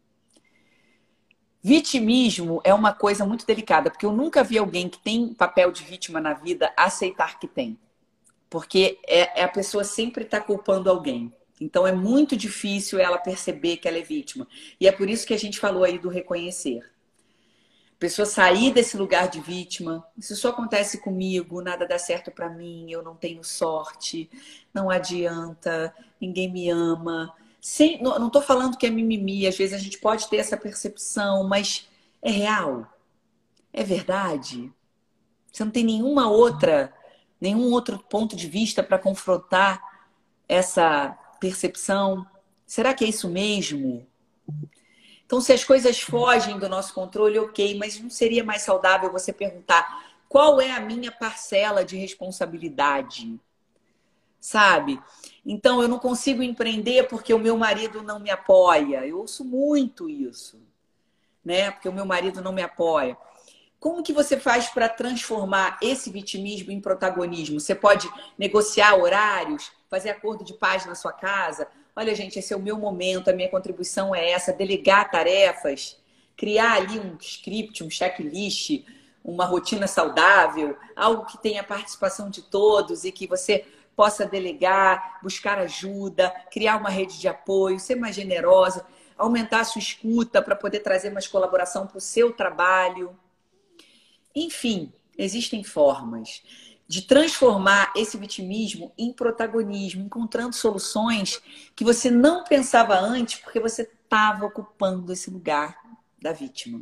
S2: Vitimismo é uma coisa muito delicada, porque eu nunca vi alguém que tem papel de vítima na vida aceitar que tem. Porque é, é a pessoa sempre está culpando alguém. Então é muito difícil ela perceber que ela é vítima. E é por isso que a gente falou aí do reconhecer. A pessoa sair desse lugar de vítima, isso só acontece comigo, nada dá certo para mim, eu não tenho sorte, não adianta, ninguém me ama. Sem, não estou falando que é mimimi, às vezes a gente pode ter essa percepção, mas é real? É verdade? Você não tem nenhuma outra, nenhum outro ponto de vista para confrontar essa percepção? Será que é isso mesmo? Então, se as coisas fogem do nosso controle, ok, mas não seria mais saudável você perguntar qual é a minha parcela de responsabilidade? Sabe? Então, eu não consigo empreender porque o meu marido não me apoia. Eu ouço muito isso, né? Porque o meu marido não me apoia. Como que você faz para transformar esse vitimismo em protagonismo? Você pode negociar horários, fazer acordo de paz na sua casa. Olha, gente, esse é o meu momento, a minha contribuição é essa, delegar tarefas, criar ali um script, um checklist, uma rotina saudável, algo que tenha a participação de todos e que você possa delegar, buscar ajuda, criar uma rede de apoio, ser mais generosa, aumentar a sua escuta para poder trazer mais colaboração para o seu trabalho. Enfim, existem formas. de transformar esse vitimismo em protagonismo, encontrando soluções que você não pensava antes porque você estava ocupando esse lugar da vítima.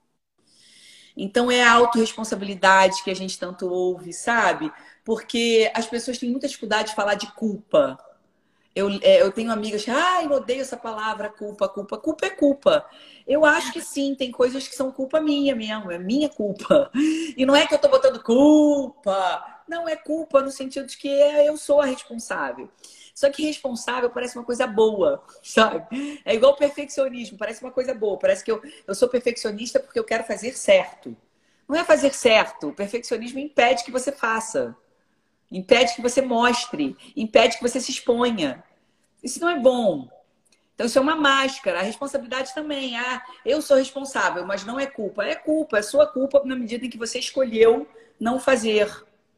S2: Então é a autorresponsabilidade que a gente tanto ouve, sabe? Porque as pessoas têm muita dificuldade de falar de culpa. Eu, é, eu tenho amigas que, ah, eu odeio essa palavra, culpa, culpa. Culpa é culpa. Eu acho que sim, tem coisas que são culpa minha mesmo, é minha culpa. E não é que eu tô botando culpa. Não, é culpa no sentido de que eu sou a responsável. Só que responsável parece uma coisa boa, sabe? É igual perfeccionismo, parece uma coisa boa. Parece que eu, eu sou perfeccionista porque eu quero fazer certo. Não é fazer certo. O perfeccionismo impede que você faça. Impede que você mostre. Impede que você se exponha. Isso não é bom. Então, isso é uma máscara. A responsabilidade também. Ah, eu sou responsável, mas não é culpa. É culpa, é sua culpa na medida em que você escolheu não fazer.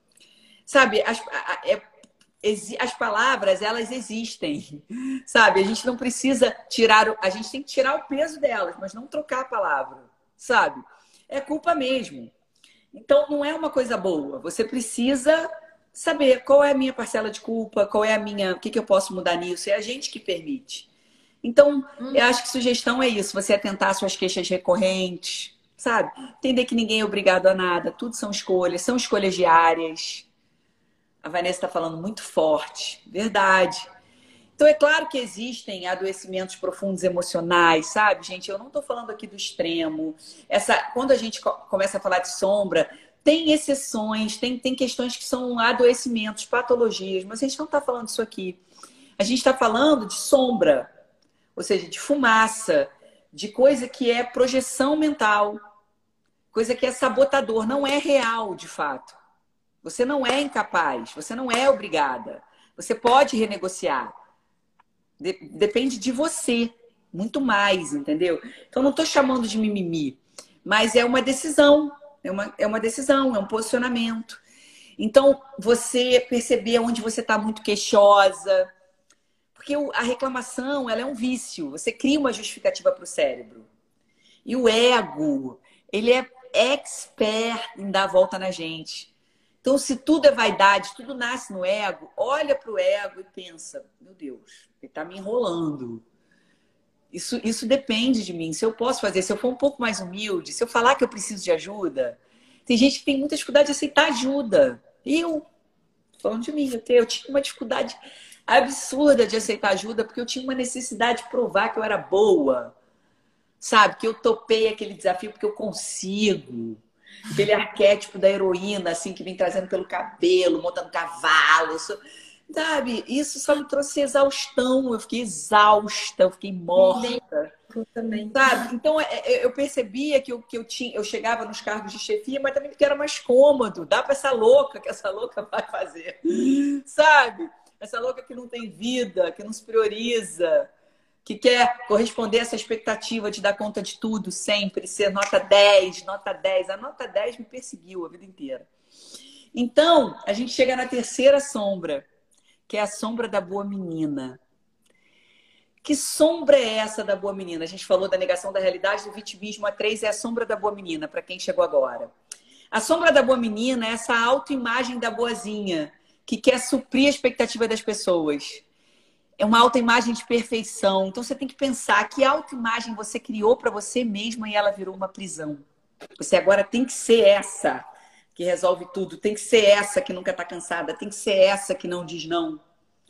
S2: Sabe, as, é, as palavras, elas existem. Sabe, a gente não precisa tirar... A gente tem que tirar o peso delas, mas não trocar a palavra. Sabe? É culpa mesmo. Então, não é uma coisa boa. Você precisa saber qual é a minha parcela de culpa, qual é a minha... O que, que eu posso mudar nisso. É a gente que permite. Então, hum. eu acho que sugestão é isso. Você atentar às suas queixas recorrentes, sabe? Entender que ninguém é obrigado a nada. Tudo são escolhas. São escolhas diárias. A Vanessa está falando muito forte. Verdade. Então, é claro que existem adoecimentos profundos emocionais, sabe, gente? Eu não estou falando aqui do extremo. Essa, quando a gente começa a falar de sombra, tem exceções, tem, tem questões que são adoecimentos, patologias, mas a gente não está falando disso aqui. A gente está falando de sombra, ou seja, de fumaça, de coisa que é projeção mental, coisa que é sabotador, não é real, de fato. Você não é incapaz, você não é obrigada. Você pode renegociar. Depende de você, muito mais, entendeu? Então, não estou chamando de mimimi, mas é uma decisão, é uma, é uma decisão, é um posicionamento. Então, você perceber onde você está muito queixosa, porque a reclamação, ela é um vício, você cria uma justificativa para o cérebro. E o ego, ele é expert em dar a volta na gente. Então, se tudo é vaidade, tudo nasce no ego, olha para o ego e pensa, meu Deus, ele está me enrolando. Isso, isso depende de mim. Se eu posso fazer, se eu for um pouco mais humilde, se eu falar que eu preciso de ajuda. Tem gente que tem muita dificuldade de aceitar ajuda. Eu, falando de mim, eu, tenho, eu tinha uma dificuldade absurda de aceitar ajuda porque eu tinha uma necessidade de provar que eu era boa. Sabe? Que eu topei aquele desafio porque eu consigo. Aquele arquétipo da heroína, assim, que vem trazendo pelo cabelo, montando cavalo. Isso, sabe? Isso só me trouxe exaustão. Eu fiquei exausta, eu fiquei morta.
S1: Eu também.
S2: Sabe? Então, eu percebia que eu, que eu tinha, eu chegava nos cargos de chefia, mas também porque era mais cômodo. Dá para essa louca, que essa louca vai fazer. Sabe? Essa louca que não tem vida, que não se prioriza, que quer corresponder a essa expectativa de dar conta de tudo sempre, ser nota dez, nota dez. A nota dez me perseguiu a vida inteira. Então, a gente chega na terceira sombra, que é a sombra da boa menina. Que sombra é essa da boa menina? A gente falou da negação da realidade, do vitimismo. A três é a sombra da boa menina, para quem chegou agora. A sombra da boa menina é essa autoimagem da boazinha, que quer suprir a expectativa das pessoas. É uma autoimagem de perfeição. Então, você tem que pensar que autoimagem você criou para você mesma e ela virou uma prisão. Você agora tem que ser essa que resolve tudo. Tem que ser essa que nunca está cansada. Tem que ser essa que não diz não.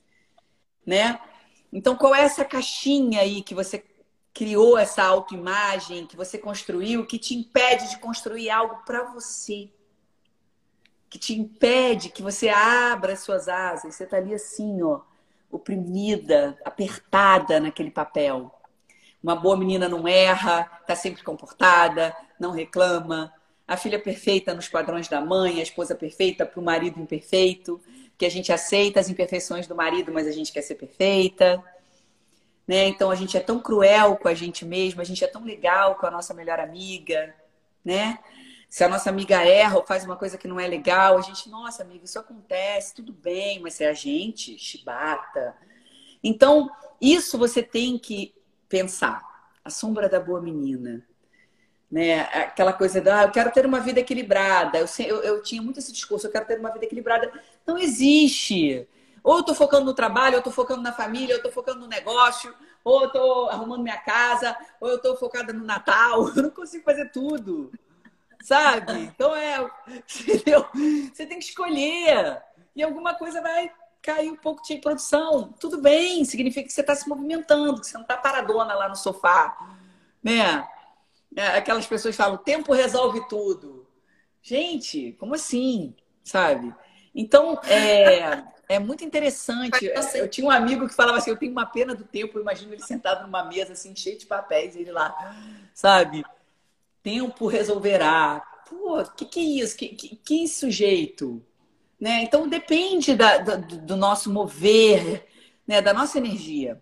S2: Né? Então, qual é essa caixinha aí que você criou, essa autoimagem, que você construiu, que te impede de construir algo para você? Que te impede que você abra as suas asas. Você está ali assim, ó, oprimida, apertada naquele papel. Uma boa menina não erra, está sempre comportada, não reclama. A filha perfeita nos padrões da mãe, a esposa perfeita para o marido imperfeito, que a gente aceita as imperfeições do marido, mas a gente quer ser perfeita. Né? Então a gente é tão cruel com a gente mesma, a gente é tão legal com a nossa melhor amiga, né? Se a nossa amiga erra ou faz uma coisa que não é legal, a gente, nossa, amiga, isso acontece, tudo bem, mas é a gente, chibata. Então, isso você tem que pensar. A sombra da boa menina. né? Aquela coisa da, ah, eu quero ter uma vida equilibrada. Eu, eu, eu tinha muito esse discurso, eu quero ter uma vida equilibrada. Não existe. Ou eu tô focando no trabalho, ou eu tô focando na família, ou eu tô focando no negócio, ou eu tô arrumando minha casa, ou eu tô focada no Natal. Eu não consigo fazer tudo, sabe? Então é, entendeu? Você tem que escolher. E alguma coisa vai cair um pouco de produção. Tudo bem, significa que você está se movimentando, que você não está paradona lá no sofá, né? É, aquelas pessoas falam, o tempo resolve tudo. Gente, como assim? Sabe? Então, é, é muito interessante. Eu tinha um amigo que falava assim, eu tenho uma pena do tempo, eu imagino ele sentado numa mesa assim, cheio de papéis, ele lá, sabe? Tempo resolverá. Pô, o que, que é isso? Que, que, que sujeito? Né? Então, depende da, do, do nosso mover, né? Da nossa energia.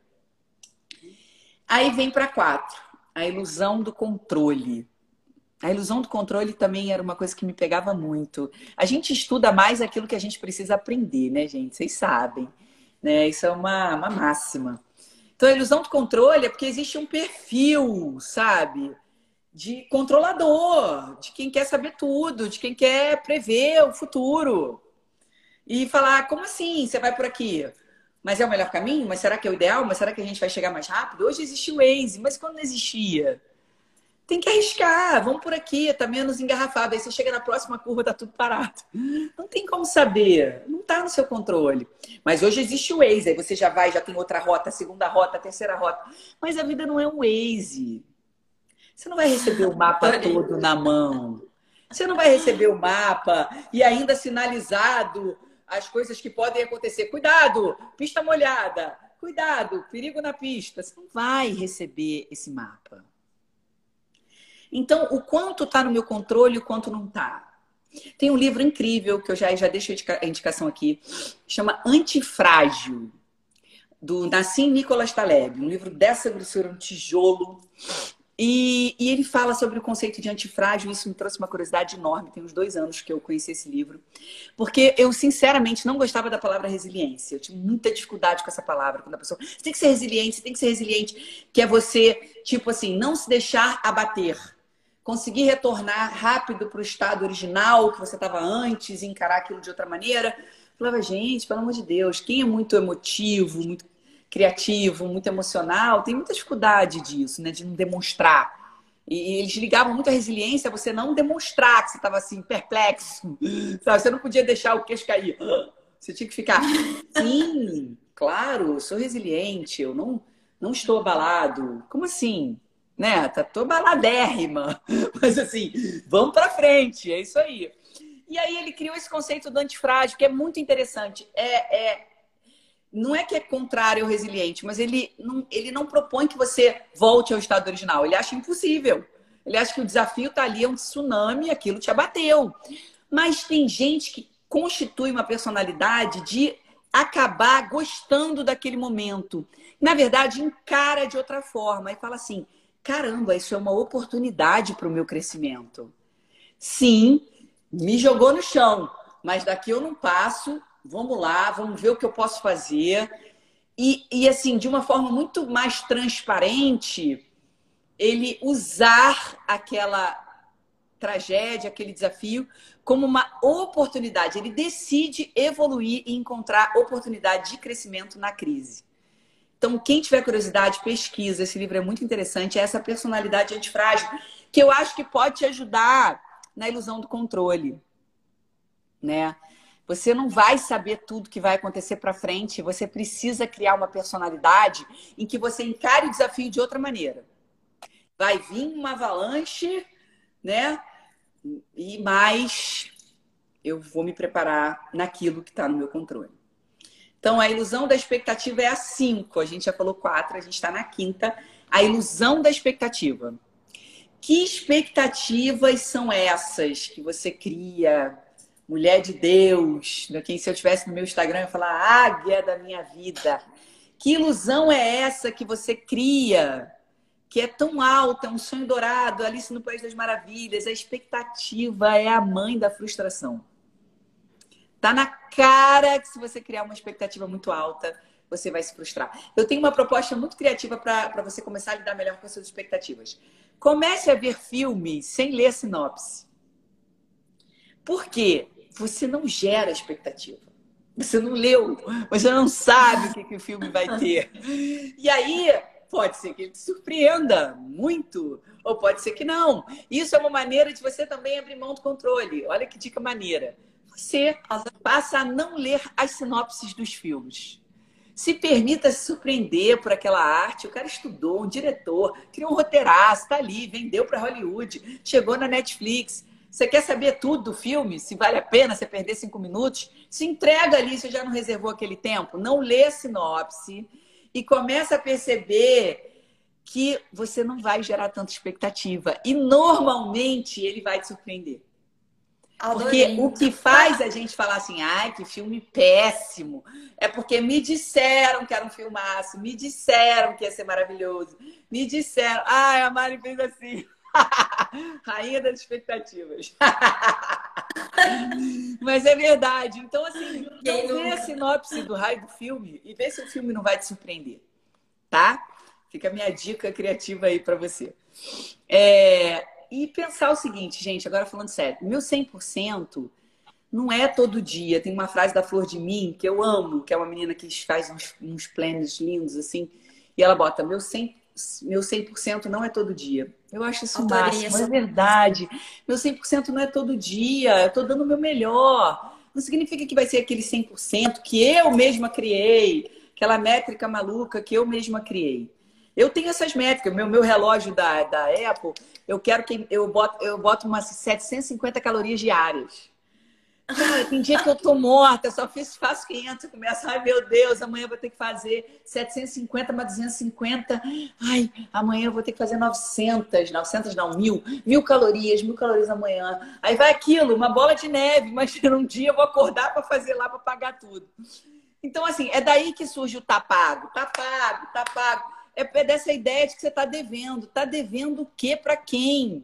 S2: Aí vem para quatro, a ilusão do controle. A ilusão do controle também era uma coisa que me pegava muito. A gente estuda mais aquilo que a gente precisa aprender, né, gente? Vocês sabem, né? Isso é uma, uma máxima. Então, a ilusão do controle é porque existe um perfil, sabe? De controlador, de quem quer saber tudo, de quem quer prever o futuro. E falar, como assim? Você vai por aqui? Mas é o melhor caminho? Mas será que é o ideal? Mas será que a gente vai chegar mais rápido? Hoje existe o Waze, mas quando não existia? Tem que arriscar, vamos por aqui, tá menos engarrafado. Aí você chega na próxima curva, tá tudo parado. Não tem como saber, não tá no seu controle. Mas hoje existe o Waze, aí você já vai, já tem outra rota, segunda rota, terceira rota. Mas a vida não é um Waze. Você não vai receber o mapa todo na mão. Você não vai receber o mapa e ainda sinalizado as coisas que podem acontecer. Cuidado, pista molhada. Cuidado, perigo na pista. Você não vai receber esse mapa. Então, o quanto está no meu controle e o quanto não está. Tem um livro incrível, que eu já, já deixo a indicação aqui, chama Antifrágil, do Nassim Nicholas Taleb. Um livro dessa grossura, um tijolo. E, e ele fala sobre o conceito de antifrágil. Isso me trouxe uma curiosidade enorme. Tem uns dois anos que eu conheci esse livro. Porque eu, sinceramente, não gostava da palavra resiliência. Eu tinha muita dificuldade com essa palavra. Quando a pessoa, você tem que ser resiliente, você tem que ser resiliente. Que é você, tipo assim, não se deixar abater. Conseguir retornar rápido para o estado original que você estava antes, e encarar aquilo de outra maneira. Eu falava, gente, pelo amor de Deus, quem é muito emotivo, muito criativo, muito emocional, tem muita dificuldade disso, né? De não demonstrar. E eles ligavam muito a resiliência a você não demonstrar que você estava assim, perplexo. Sabe? Você não podia deixar o queixo cair. Você tinha que ficar, sim, claro, eu sou resiliente, eu não, não estou abalado. Como assim? Né? Tá, tô baladérrima. Mas assim, vamos para frente, é isso aí. E aí ele criou esse conceito do antifrágil, que é muito interessante. É, é, não é que é contrário ao resiliente, mas ele não, ele não propõe que você volte ao estado original. Ele acha impossível. Ele acha que o desafio tá ali, é um tsunami, aquilo te abateu. Mas tem gente que constitui uma personalidade de acabar gostando daquele momento. Na verdade, encara de outra forma e fala assim, caramba, isso é uma oportunidade para o meu crescimento. Sim, me jogou no chão, mas daqui eu não passo, vamos lá, vamos ver o que eu posso fazer. E, e assim, de uma forma muito mais transparente, ele usar aquela tragédia, aquele desafio, como uma oportunidade. Ele decide evoluir e encontrar oportunidade de crescimento na crise. Então, quem tiver curiosidade, pesquisa. Esse livro é muito interessante. É essa personalidade antifrágil, que eu acho que pode te ajudar na ilusão do controle, né? Você não vai saber tudo que vai acontecer para frente. Você precisa criar uma personalidade em que você encare o desafio de outra maneira. Vai vir uma avalanche, né? E mais eu vou me preparar naquilo que está no meu controle. Então, a ilusão da expectativa é a cinco. A gente já falou quatro, a gente está na quinta. A ilusão da expectativa. Que expectativas são essas que você cria? Mulher de Deus. Quem, se eu estivesse no meu Instagram, eu ia falar águia da minha vida. Que ilusão é essa que você cria? Que é tão alta, é um sonho dourado, Alice no País das Maravilhas. A expectativa é a mãe da frustração. Tá na cara que se você criar uma expectativa muito alta, você vai se frustrar. Eu tenho uma proposta muito criativa para você começar a lidar melhor com as suas expectativas. Comece a ver filmes sem ler sinopse. Por quê? Você não gera expectativa. Você não leu, você não sabe o que, que o filme vai ter. E aí, pode ser que ele te surpreenda muito, ou pode ser que não. Isso é uma maneira de você também abrir mão do controle. Olha que dica maneira. Você passa a não ler as sinopses dos filmes. Se permita se surpreender por aquela arte. O cara estudou, um diretor, criou um roteiraço, está ali, vendeu para Hollywood, chegou na Netflix. Você quer saber tudo do filme? Se vale a pena você perder cinco minutos? Se entrega ali, você já não reservou aquele tempo? Não lê a sinopse e começa a perceber que você não vai gerar tanta expectativa. E normalmente ele vai te surpreender. Porque o que faz a gente falar assim, ai, que filme péssimo, é porque me disseram que era um filmaço, me disseram que ia ser maravilhoso, me disseram, ai, a Mari fez assim. Rainha das expectativas. Mas é verdade. Então, assim, não vê a sinopse do raio do filme e vê se o filme não vai te surpreender. Tá? Fica a minha dica criativa aí pra você. É... E pensar o seguinte, gente, agora falando sério, meu cem por cento não é todo dia. Tem uma frase da Flor de Mim que eu amo, que é uma menina que faz uns, uns planners lindos, assim, e ela bota, meu cem por cento Meu cem por cento não é todo dia. Eu acho isso o máximo, é verdade. Meu cem por cento não é todo dia. Eu tô dando o meu melhor. Não significa que vai ser aquele cem por cento que eu mesma criei. Aquela métrica maluca que eu mesma criei. Eu tenho essas métricas. Meu, meu relógio da, da Apple, eu quero que eu boto, eu boto umas setecentas e cinquenta calorias diárias. Cara, tem dia que eu tô morta, só fiz, faço quinhentos e começo, ai meu Deus, amanhã eu vou ter que fazer setecentos e cinquenta mais duzentos e cinquenta, ai, amanhã eu vou ter que fazer novecentas, novecentas não, mil, mil calorias, mil calorias amanhã. Aí vai aquilo, uma bola de neve, mas um dia eu vou acordar para fazer lá, para pagar tudo. Então, assim, é daí que surge o tá pago, tá pago, tá pago. É dessa ideia de que você tá devendo. Tá devendo o quê para quem?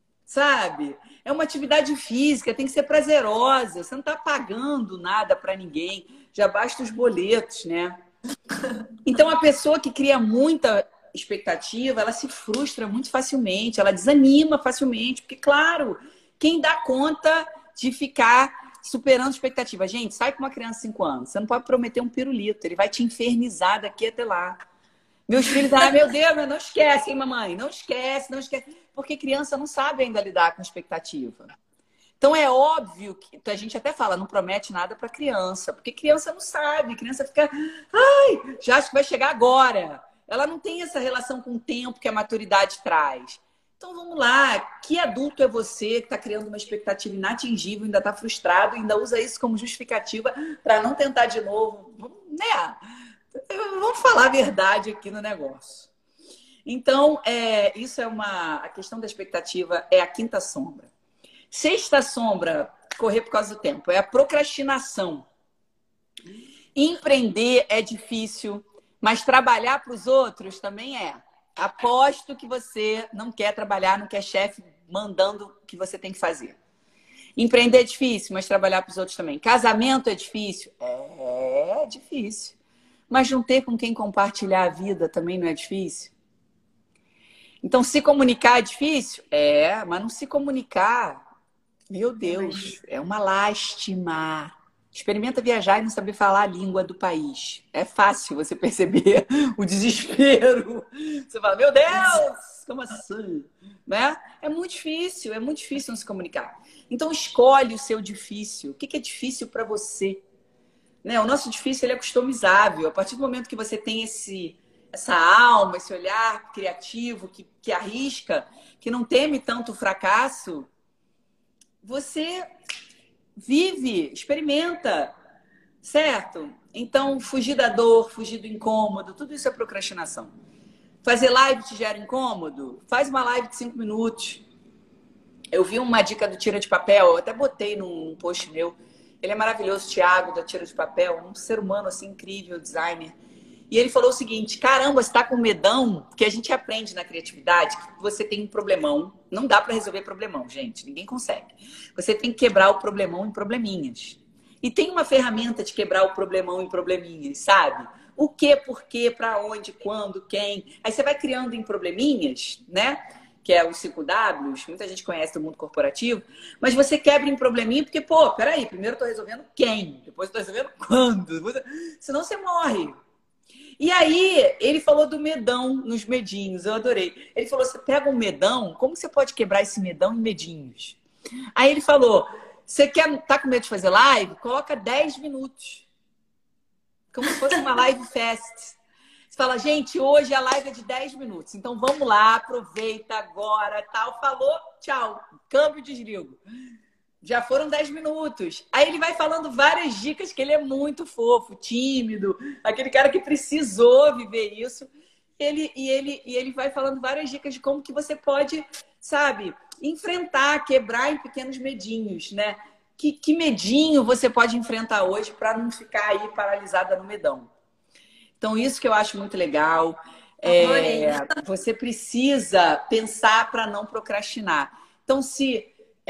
S2: Sabe? É uma atividade física, tem que ser prazerosa. Você não está pagando nada para ninguém. Já basta os boletos, né? Então, a pessoa que cria muita expectativa, ela se frustra muito facilmente, ela desanima facilmente, porque, claro, quem dá conta de ficar superando expectativa? Gente, sai com uma criança de cinco anos, você não pode prometer um pirulito, ele vai te infernizar daqui até lá. Meus filhos, ah, meu Deus, não esquece, hein, mamãe? Não esquece, não esquece. Porque criança não sabe ainda lidar com expectativa. Então, é óbvio que a gente até fala, não promete nada para criança. Porque criança não sabe. Criança fica, ai, já acho que vai chegar agora. Ela não tem essa relação com o tempo que a maturidade traz. Então, vamos lá. Que adulto é você que está criando uma expectativa inatingível, ainda está frustrado, ainda usa isso como justificativa para não tentar de novo? Né? Vamos falar a verdade aqui no negócio. Então, é, isso é uma... A questão da expectativa é a quinta sombra. Sexta sombra, correr por causa do tempo, é a procrastinação. Empreender é difícil, mas trabalhar para os outros também é. Aposto que você não quer trabalhar, não quer chefe mandando o que você tem que fazer. Empreender é difícil, mas trabalhar para os outros também. Casamento é difícil? É, é difícil. Mas não ter com quem compartilhar a vida também não é difícil? Então, se comunicar é difícil? É, mas não se comunicar, meu Deus, é uma lástima. Experimenta viajar e não saber falar a língua do país. É fácil você perceber o desespero. Você fala, meu Deus, como assim? Né? É muito difícil, é muito difícil não se comunicar. Então, escolhe o seu difícil. O que é difícil para você? Né? O nosso difícil ele é customizável. A partir do momento que você tem esse, essa alma, esse olhar criativo, que, que arrisca, que não teme tanto o fracasso, você vive, experimenta, certo? Então, fugir da dor, fugir do incômodo, tudo isso é procrastinação. Fazer live te gera incômodo? Faz uma live de cinco minutos. Eu vi uma dica do Tira de Papel, eu até botei num post meu. Ele é maravilhoso, Thiago, da Tira de Papel, um ser humano assim incrível, designer. E ele falou o seguinte, caramba, você tá com medão? Porque a gente aprende na criatividade que você tem um problemão. Não dá para resolver problemão, gente. Ninguém consegue. Você tem que quebrar o problemão em probleminhas. E tem uma ferramenta de quebrar o problemão em probleminhas, sabe? O que, por quê, para onde, quando, quem. Aí você vai criando em probleminhas, né? que é os cinco Ws, muita gente conhece do mundo corporativo, mas você quebra em probleminha porque, pô, peraí, primeiro eu tô resolvendo quem, depois eu tô resolvendo quando, depois eu... senão você morre. E aí, ele falou do medão nos medinhos, eu adorei. Ele falou, você pega um medão, como você pode quebrar esse medão em medinhos? Aí ele falou, você quer, tá com medo de fazer live? Coloca dez minutos. Como se fosse uma live fest. Você fala, gente, hoje a live é de dez minutos, então vamos lá, aproveita agora, tal. Falou, tchau, câmbio e desligo. Já foram dez minutos. Aí ele vai falando várias dicas que ele é muito fofo, tímido, aquele cara que precisou viver isso. Ele, e, ele, e ele vai falando várias dicas de como que você pode, sabe, enfrentar, quebrar em pequenos medinhos, né? Que, que medinho você pode enfrentar hoje para não ficar aí paralisada no medão? Então, isso que eu acho muito legal. É, você precisa pensar para não procrastinar. Então, se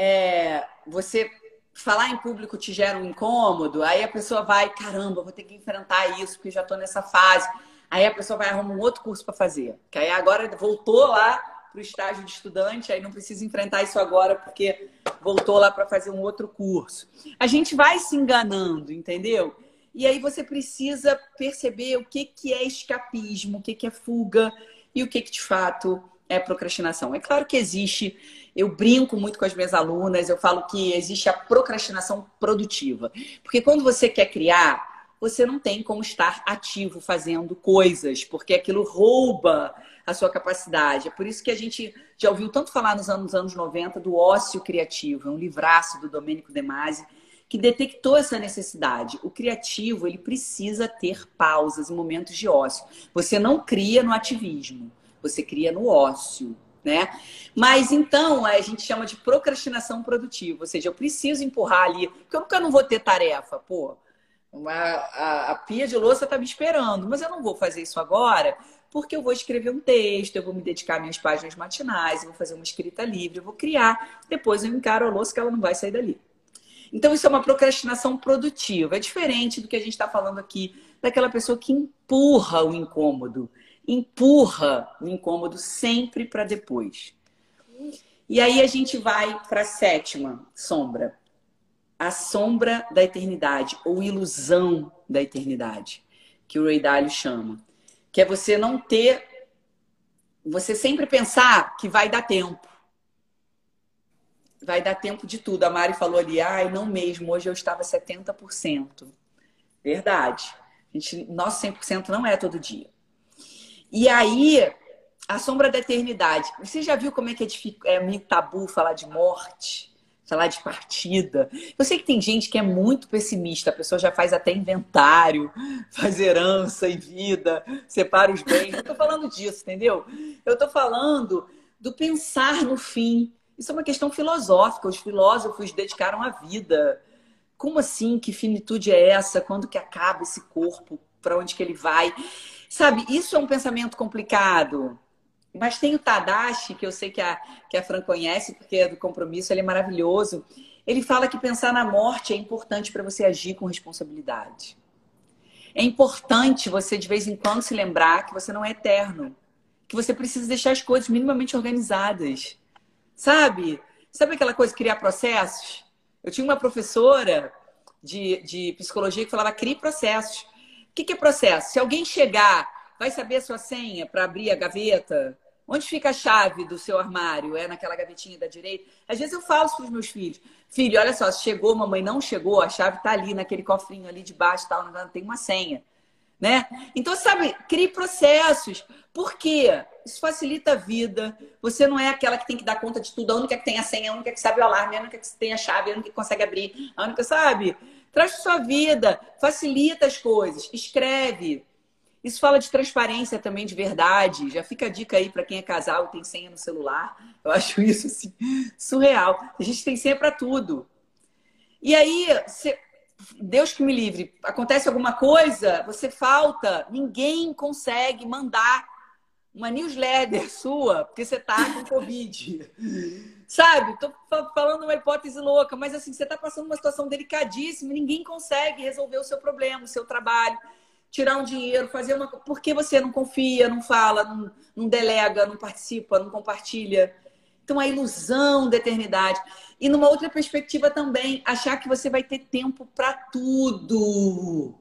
S2: é, você falar em público te gera um incômodo, aí a pessoa vai, caramba, vou ter que enfrentar isso, porque já estou nessa fase. Aí a pessoa vai arrumar um outro curso para fazer. Que aí agora voltou lá para o estágio de estudante, aí não precisa enfrentar isso agora, porque voltou lá para fazer um outro curso. A gente vai se enganando, entendeu? E aí você precisa perceber o que, que é escapismo, o que, que é fuga e o que, que de fato é procrastinação. É claro que existe, eu brinco muito com as minhas alunas, eu falo que existe a procrastinação produtiva. Porque quando você quer criar, você não tem como estar ativo fazendo coisas, porque aquilo rouba a sua capacidade. É por isso que a gente já ouviu tanto falar nos anos, anos noventa do ócio criativo, é um livraço do Domênico De Masi, que detectou essa necessidade. O criativo, ele precisa ter pausas, momentos de ócio. Você não cria no ativismo, você cria no ócio, né? Mas então, a gente chama de procrastinação produtiva, ou seja, eu preciso empurrar ali, porque eu nunca não vou ter tarefa, pô. Uma, a, a pia de louça tá me esperando, mas eu não vou fazer isso agora, porque eu vou escrever um texto, eu vou me dedicar às minhas páginas matinais, eu vou fazer uma escrita livre, eu vou criar, depois eu encaro a louça que ela não vai sair dali. Então, isso é uma procrastinação produtiva. É diferente do que a gente está falando aqui, daquela pessoa que empurra o incômodo. Empurra o incômodo sempre para depois. E aí a gente vai para a sétima sombra. A sombra da eternidade, ou ilusão da eternidade, que o Ray Dalio chama. Que é você não ter... Você sempre pensar que vai dar tempo. Vai dar tempo de tudo. A Mari falou ali, ai, não mesmo, hoje eu estava setenta por cento. Verdade. A gente, nosso cem por cento não é todo dia. E aí, a sombra da eternidade. Você já viu como é que é, é meio tabu falar de morte? Falar de partida? Eu sei que tem gente que é muito pessimista, a pessoa já faz até inventário, faz herança e vida, separa os bens. Eu tô falando disso, entendeu? Eu tô falando do pensar no fim. Isso é uma questão filosófica. Os filósofos dedicaram a vida. Como assim? Que finitude é essa? Quando que acaba esse corpo? Para onde que ele vai? Sabe, isso é um pensamento complicado. Mas tem o Tadashi, que eu sei que a, que a Fran conhece, porque é do Compromisso, ele é maravilhoso. Ele fala que pensar na morte é importante para você agir com responsabilidade. É importante você, de vez em quando, se lembrar que você não é eterno. Que você precisa deixar as coisas minimamente organizadas. Sabe? Sabe aquela coisa de criar processos? Eu tinha uma professora de, de psicologia que falava crie processos. O que, que é processo? Se alguém chegar, vai saber a sua senha para abrir a gaveta? Onde fica a chave do seu armário? É naquela gavetinha da direita? Às vezes eu falo para os meus filhos. Filho, olha só, se chegou, mamãe não chegou, a chave está ali, naquele cofrinho ali de baixo, tal, tem uma senha. Né? Então, sabe, crie processos. Por quê? Isso facilita a vida. Você não é aquela que tem que dar conta de tudo. A única que tem a senha, a única que sabe o alarme, a única que tem a chave, a única que consegue abrir, a única, sabe? Traz para sua vida, facilita as coisas, escreve. Isso fala de transparência também, de verdade. Já fica a dica aí para quem é casal e tem senha no celular. Eu acho isso assim, surreal. A gente tem senha para tudo. E aí, você... Deus que me livre, acontece alguma coisa, você falta, ninguém consegue mandar uma newsletter sua, porque você tá com Covid. Sabe? Tô falando uma hipótese louca, mas assim, você tá passando uma situação delicadíssima, ninguém consegue resolver o seu problema, o seu trabalho, tirar um dinheiro, fazer uma... Porque você não confia, não fala, não, não delega, não participa, não compartilha. Então, a ilusão da eternidade. E numa outra perspectiva também, achar que você vai ter tempo para tudo.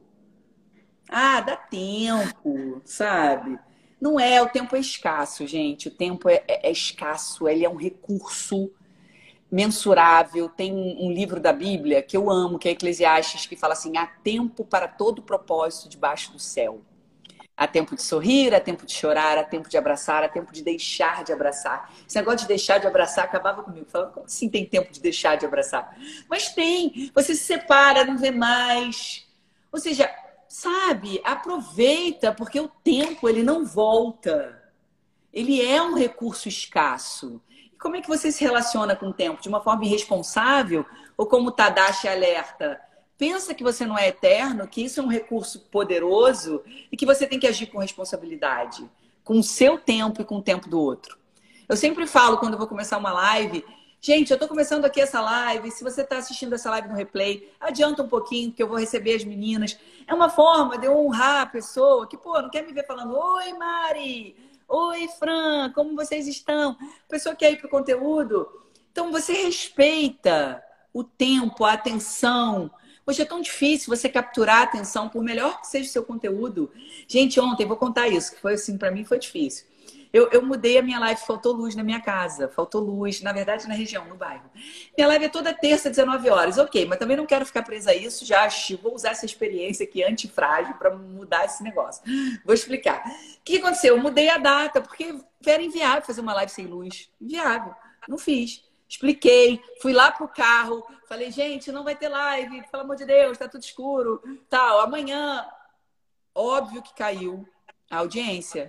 S2: Ah, dá tempo, sabe? Não é, o tempo é escasso, gente. O tempo é, é, é escasso, ele é um recurso mensurável. Tem um, um livro da Bíblia que eu amo, que é Eclesiastes, que fala assim: há tempo para todo propósito debaixo do céu. Há tempo de sorrir, há tempo de chorar, há tempo de abraçar, há tempo de deixar de abraçar. Esse negócio de deixar de abraçar acabava comigo. Falava, como assim tem tempo de deixar de abraçar? Mas tem, você se separa, não vê mais. Ou seja, sabe, aproveita, porque o tempo ele não volta. Ele é um recurso escasso. E como é que você se relaciona com o tempo? De uma forma irresponsável? Ou como o Tadashi alerta? Pensa que você não é eterno, que isso é um recurso poderoso e que você tem que agir com responsabilidade, com o seu tempo e com o tempo do outro. Eu sempre falo, quando eu vou começar uma live, gente, eu estou começando aqui essa live, se você está assistindo essa live no replay, adianta um pouquinho, que eu vou receber as meninas. É uma forma de eu honrar a pessoa que, pô, não quer me ver falando, oi, Mari, oi, Fran, como vocês estão? A pessoa quer ir para o conteúdo. Então, você respeita o tempo, a atenção. Hoje é tão difícil você capturar a atenção, por melhor que seja o seu conteúdo. Gente, ontem, vou contar isso, que foi assim, para mim foi difícil. Eu, eu mudei a minha live, faltou luz na minha casa, faltou luz, na verdade, na região, no bairro. Minha live é toda terça, dezenove horas, ok, mas também não quero ficar presa a isso, já vou usar essa experiência aqui antifrágil para mudar esse negócio. Vou explicar. O que aconteceu? Eu mudei a data, porque era inviável fazer uma live sem luz. Inviável. Não fiz. Expliquei, fui lá pro carro, falei, gente, não vai ter live, pelo amor de Deus, tá tudo escuro, tal. Amanhã, óbvio que caiu a audiência.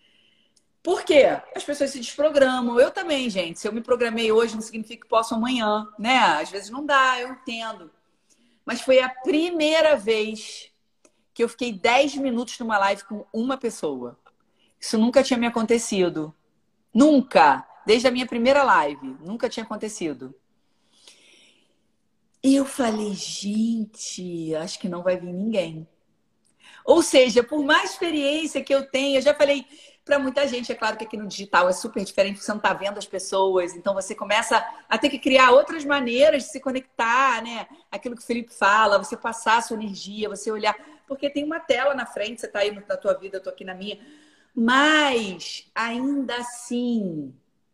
S2: Por quê? As pessoas se desprogramam. Eu também, gente. Se eu me programei hoje, não significa que posso amanhã, né? Às vezes não dá, eu entendo. Mas foi a primeira vez que eu fiquei dez minutos numa live com uma pessoa. Isso nunca tinha me acontecido. Nunca! Desde a minha primeira live. Nunca tinha acontecido. E eu falei, gente, acho que não vai vir ninguém. Ou seja, por mais experiência que eu tenha, eu já falei para muita gente, é claro que aqui no digital é super diferente, você não está vendo as pessoas, então você começa a ter que criar outras maneiras de se conectar, né? Aquilo que o Felipe fala, você passar a sua energia, você olhar, porque tem uma tela na frente, você está aí na tua vida, eu estou aqui na minha. Mas, ainda assim,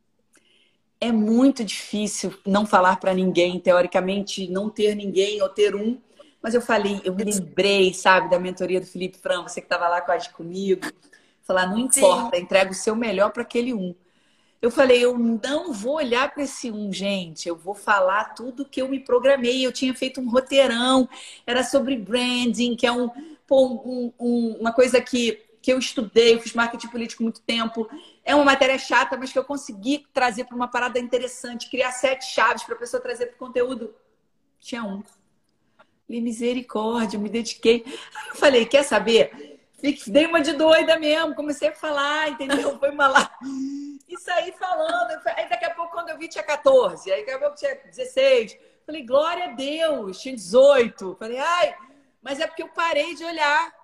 S2: é muito difícil não falar para ninguém, teoricamente, não ter ninguém ou ter um. Mas eu falei, eu me lembrei, sabe, da mentoria do Felipe Fran, você que estava lá quase comigo. Falar, não importa, Sim. entrega o seu melhor para aquele um. Eu falei, eu não vou olhar para esse um, gente. Eu vou falar tudo que eu me programei. Eu tinha feito um roteirão, era sobre branding, que é um, pô, um, um, uma coisa que, que eu estudei, eu fiz marketing político há muito tempo. É uma matéria chata, mas que eu consegui trazer para uma parada interessante, criar sete chaves para a pessoa trazer para o conteúdo. Tinha um. E misericórdia, eu me dediquei. Aí eu falei, quer saber? Dei uma de doida mesmo, comecei a falar, entendeu? Foi uma lá. E saí falando. Aí daqui a pouco, quando eu vi, tinha quatorze. Aí daqui a pouco tinha dezesseis. Falei, glória a Deus, tinha dezoito. Falei, ai, mas é porque eu parei de olhar.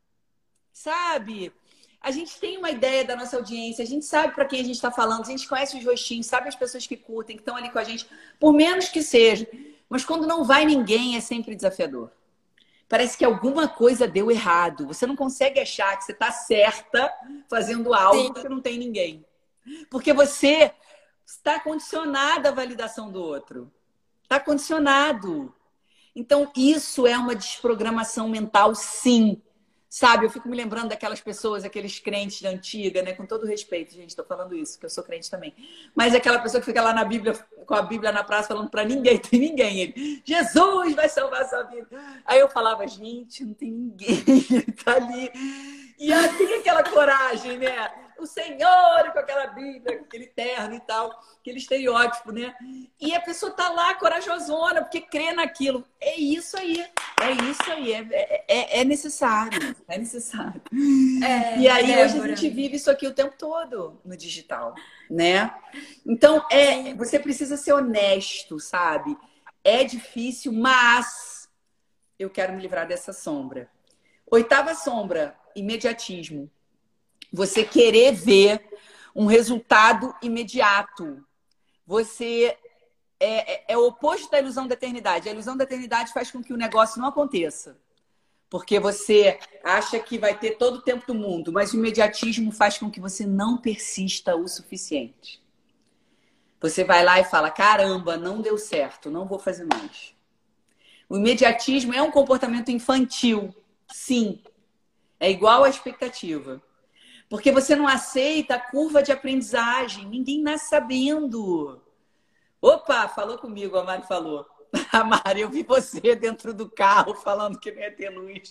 S2: Sabe? A gente tem uma ideia da nossa audiência, a gente sabe para quem a gente está falando, a gente conhece os rostinhos, sabe as pessoas que curtem, que estão ali com a gente, por menos que seja. Mas quando não vai ninguém, é sempre desafiador. Parece que alguma coisa deu errado. Você não consegue achar que você está certa fazendo algo Sim. que não tem ninguém. Porque você está condicionada à validação do outro. Está condicionado. Então, isso é uma desprogramação mental, sim. Sabe, eu fico me lembrando daquelas pessoas, aqueles crentes da antiga, né? Com todo respeito, gente, estou falando isso, que eu sou crente também. Mas aquela pessoa que fica lá na Bíblia, com a Bíblia na praça, falando para ninguém, tem ninguém. Ele, Jesus vai salvar a sua vida. Aí eu falava, gente, não tem ninguém, ele tá ali. E assim, aquela coragem, né? O Senhor com aquela Bíblia, com aquele terno e tal, aquele estereótipo, né? E a pessoa tá lá corajosona, porque crê naquilo. É isso aí, é isso aí, é, é, é necessário, é necessário. É, e aí, Débora, hoje a gente vive isso aqui o tempo todo no digital, né? Então, é, você precisa ser honesto, sabe? É difícil, mas eu quero me livrar dessa sombra. Oitava sombra, imediatismo. Você querer ver um resultado imediato. você é, é, é o oposto da ilusão da eternidade. A ilusão da eternidade faz com que o negócio não aconteça. Porque você acha que vai ter todo o tempo do mundo, mas o imediatismo faz com que você não persista o suficiente. Você vai lá e fala, caramba, não deu certo, não vou fazer mais. O imediatismo é um comportamento infantil, sim. É igual à expectativa. Porque você não aceita a curva de aprendizagem. Ninguém nasce sabendo. Opa, falou comigo, a Mari falou. A Mari, eu vi você dentro do carro falando que não ia ter luz.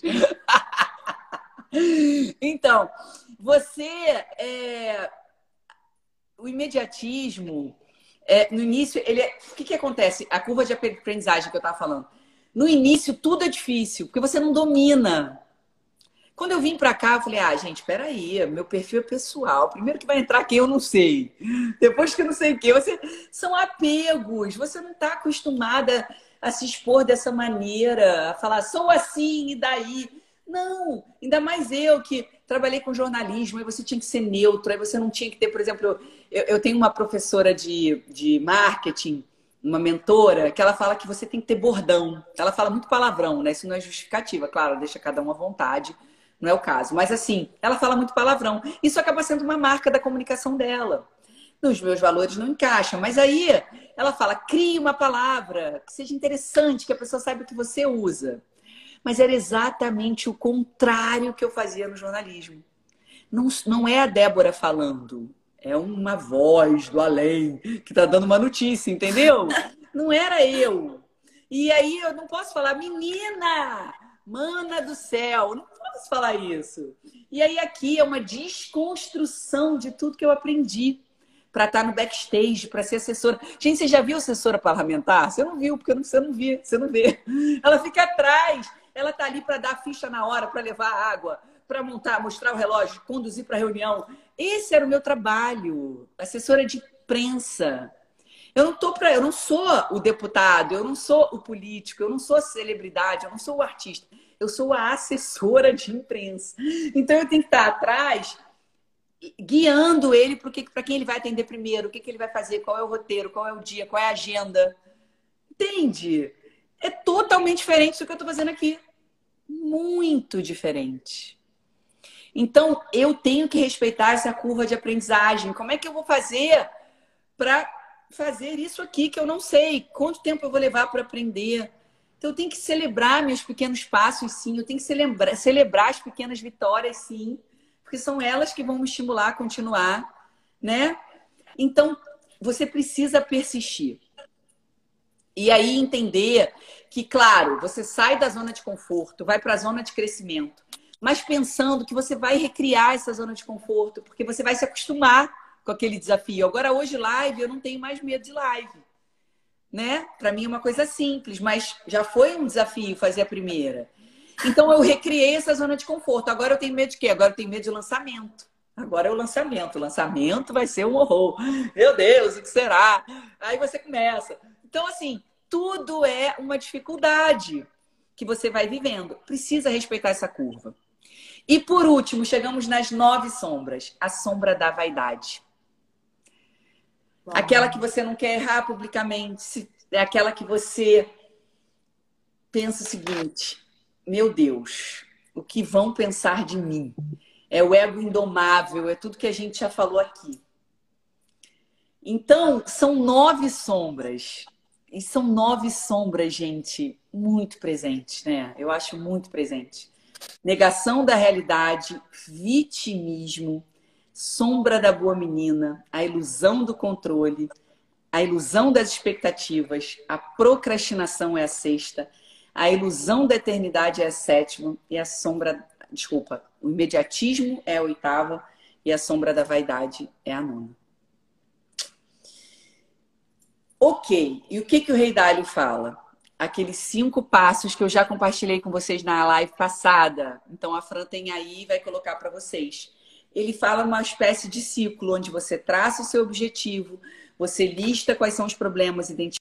S2: Então, você... É... O imediatismo, é, no início, ele é... o que, que acontece? A curva de aprendizagem que eu estava falando. No início, tudo é difícil, porque você não domina. Quando eu vim para cá, eu falei, ah, gente, peraí, meu perfil é pessoal. Primeiro que vai entrar quem eu não sei. Depois que eu não sei o quê. Você... São apegos. Você não está acostumada a se expor dessa maneira, a falar, sou assim, e daí? Não, ainda mais eu que trabalhei com jornalismo, aí você tinha que ser neutro, aí você não tinha que ter, por exemplo, eu, eu tenho uma professora de, de marketing, uma mentora, que ela fala que você tem que ter bordão. Ela fala muito palavrão, né? Isso não é justificativa, claro, deixa cada um à vontade. Não é o caso. Mas assim, ela fala muito palavrão. Isso acaba sendo uma marca da comunicação dela. Nos meus valores não encaixam. Mas aí ela fala, crie uma palavra que seja interessante, que a pessoa saiba que você usa. Mas era exatamente o contrário que eu fazia no jornalismo. Não, não é a Débora falando. É uma voz do além que está dando uma notícia, entendeu? Não era eu. E aí eu não posso falar, menina, mana do céu, não posso falar isso. E aí aqui é uma desconstrução de tudo que eu aprendi para estar no backstage, para ser assessora. Gente, você já viu assessora parlamentar? Você não viu, porque você não vê, você não vê. Ela fica atrás, ela tá ali para dar a ficha na hora, para levar a água, para montar, mostrar o relógio, conduzir para a reunião. Esse era o meu trabalho, assessora de imprensa. Eu não tô para, eu não sou o deputado, eu não sou o político, eu não sou a celebridade, eu não sou o artista. Eu sou a assessora de imprensa. Então eu tenho que estar atrás guiando ele para quem ele vai atender primeiro, o que, que ele vai fazer, qual é o roteiro, qual é o dia, qual é a agenda. Entende? É totalmente diferente do que eu estou fazendo aqui. Muito diferente. Então, eu tenho que respeitar essa curva de aprendizagem. Como é que eu vou fazer para fazer isso aqui que eu não sei? Quanto tempo eu vou levar para aprender? Então, eu tenho que celebrar meus pequenos passos, sim. Eu tenho que celebrar, celebrar as pequenas vitórias, sim. Porque são elas que vão me estimular a continuar, né? Então, você precisa persistir. E aí entender que, claro, você sai da zona de conforto, vai para a zona de crescimento, mas pensando que você vai recriar essa zona de conforto, porque você vai se acostumar com aquele desafio. Agora, hoje, live, eu não tenho mais medo de live, né? Para mim é uma coisa simples, mas já foi um desafio fazer a primeira. Então, eu recriei essa zona de conforto. Agora eu tenho medo de quê? Agora eu tenho medo de lançamento. Agora é o lançamento. O lançamento vai ser um horror. Meu Deus, o que será? Aí você começa. Então, assim, tudo é uma dificuldade que você vai vivendo. Precisa respeitar essa curva. E, por último, chegamos nas nove sombras. A sombra da vaidade. Bom. Aquela que você não quer errar publicamente. É aquela que você pensa o seguinte... Meu Deus, o que vão pensar de mim? É o ego indomável, é tudo que a gente já falou aqui. Então, são nove sombras. E são nove sombras, gente, muito presentes, né? Eu acho muito presente. Negação da realidade, vitimismo, sombra da boa menina, a ilusão do controle, a ilusão das expectativas, a procrastinação é a sexta, a ilusão da eternidade é a sétima e a sombra, desculpa, o imediatismo é a oitava e a sombra da vaidade é a nona. Ok, e o que, que o Rei Dálio fala? Aqueles cinco passos que eu já compartilhei com vocês na live passada. Então a Fran tem aí e vai colocar para vocês. Ele fala uma espécie de ciclo onde você traça o seu objetivo, você lista quais são os problemas, identifica.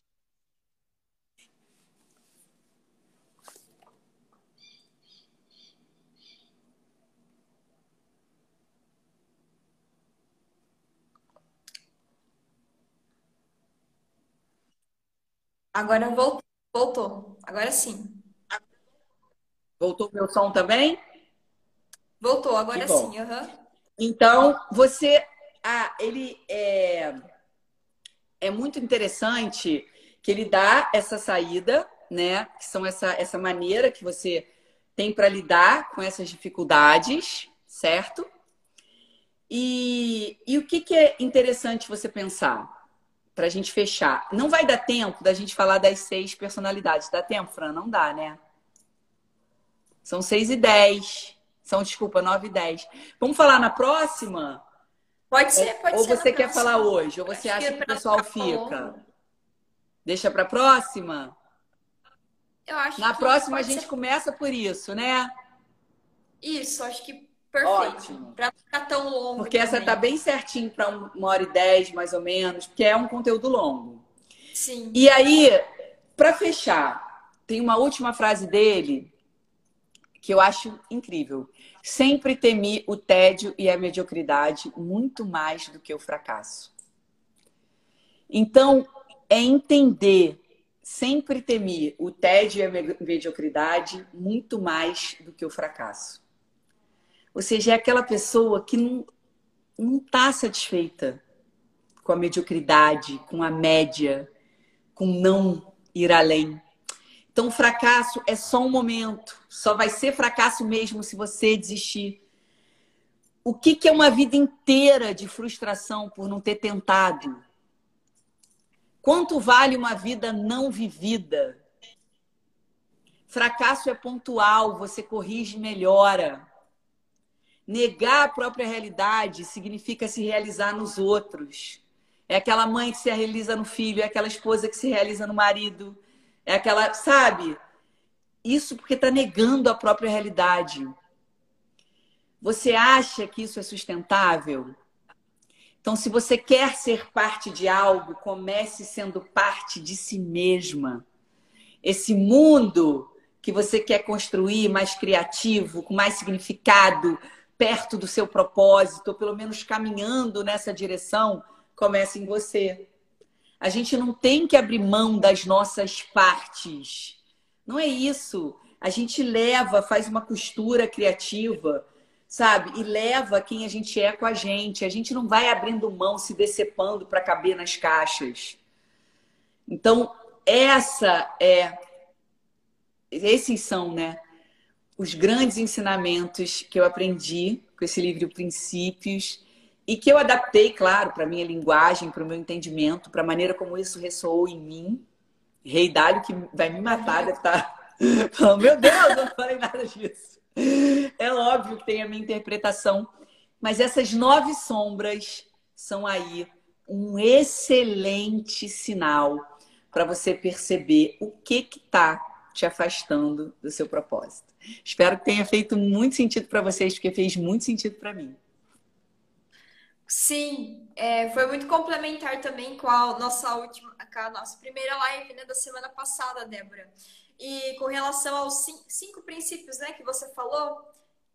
S1: Agora voltou. Voltou. Agora sim.
S2: Voltou meu som também?
S1: Voltou,
S2: Que
S1: agora
S2: bom.
S1: sim. Aham.
S2: Então, você, ah, ele é, é muito interessante que ele dá essa saída, né? Que são essa, essa maneira que você tem para lidar com essas dificuldades, certo? E, e o que, que é interessante você pensar para a gente fechar? Não vai dar tempo da gente falar das seis personalidades. Dá tempo, Fran? Não dá, né? São seis e dez. São, desculpa, nove e dez. Vamos falar na próxima?
S1: Pode ser, pode
S2: Ou
S1: ser na
S2: você quer falar
S1: próxima.
S2: hoje? Ou você
S1: Acho que
S2: acha que o
S1: para não
S2: pessoal
S1: ficar tão
S2: fica?
S1: longo,
S2: Deixa para a próxima?
S1: eu acho
S2: Na
S1: que
S2: próxima a
S1: pode ser
S2: gente começa por isso, né?
S1: isso. Acho que perfeito.
S2: Ótimo.
S1: Para não ficar tão longo
S2: Porque essa tá
S1: também.
S2: bem certinho para uma hora e dez, mais ou menos, porque é um conteúdo longo. E
S1: Sim.
S2: aí, para fechar, tem uma última frase dele que eu acho incrível. Sempre temi o tédio e a mediocridade muito mais do que o fracasso. Então, é entender, sempre temi o tédio e a mediocridade muito mais do que o fracasso. Ou seja, é aquela pessoa que não não está satisfeita com a mediocridade, com a média, com não ir além. Então, o fracasso é só um momento. Só vai ser fracasso mesmo se você desistir. O que, que é uma vida inteira de frustração por não ter tentado? Quanto vale uma vida não vivida? Fracasso é pontual, você corrige e melhora. Negar a própria realidade significa se realizar nos outros. É aquela mãe que se realiza no filho, é aquela esposa que se realiza no marido, é aquela, sabe? Isso porque está negando a própria realidade. Você acha que isso é sustentável? Então, se você quer ser parte de algo, comece sendo parte de si mesma. Esse mundo que você quer construir mais criativo, com mais significado, perto do seu propósito, ou pelo menos caminhando nessa direção, começa em você. A gente não tem que abrir mão das nossas partes. Não é isso. A gente leva, faz uma costura criativa, sabe? E leva quem a gente é com a gente. A gente não vai abrindo mão, se decepando para caber nas caixas. Então, essa é... Esses são, né, os grandes ensinamentos que eu aprendi com esse livro Princípios e que eu adaptei, claro, para a minha linguagem, para o meu entendimento, para a maneira como isso ressoou em mim. Rei Dalio, que vai me matar, deve estar falando, meu Deus, eu não falei nada disso. É óbvio que tem a minha interpretação, mas essas nove sombras são aí um excelente sinal para você perceber o que que está te afastando do seu propósito. Espero que tenha feito muito sentido para vocês, porque fez muito sentido para mim.
S1: Sim, é, foi muito complementar também com a nossa última, com a nossa primeira live, né, da semana passada, Débora. E com relação aos cinco, cinco princípios, né, que você falou,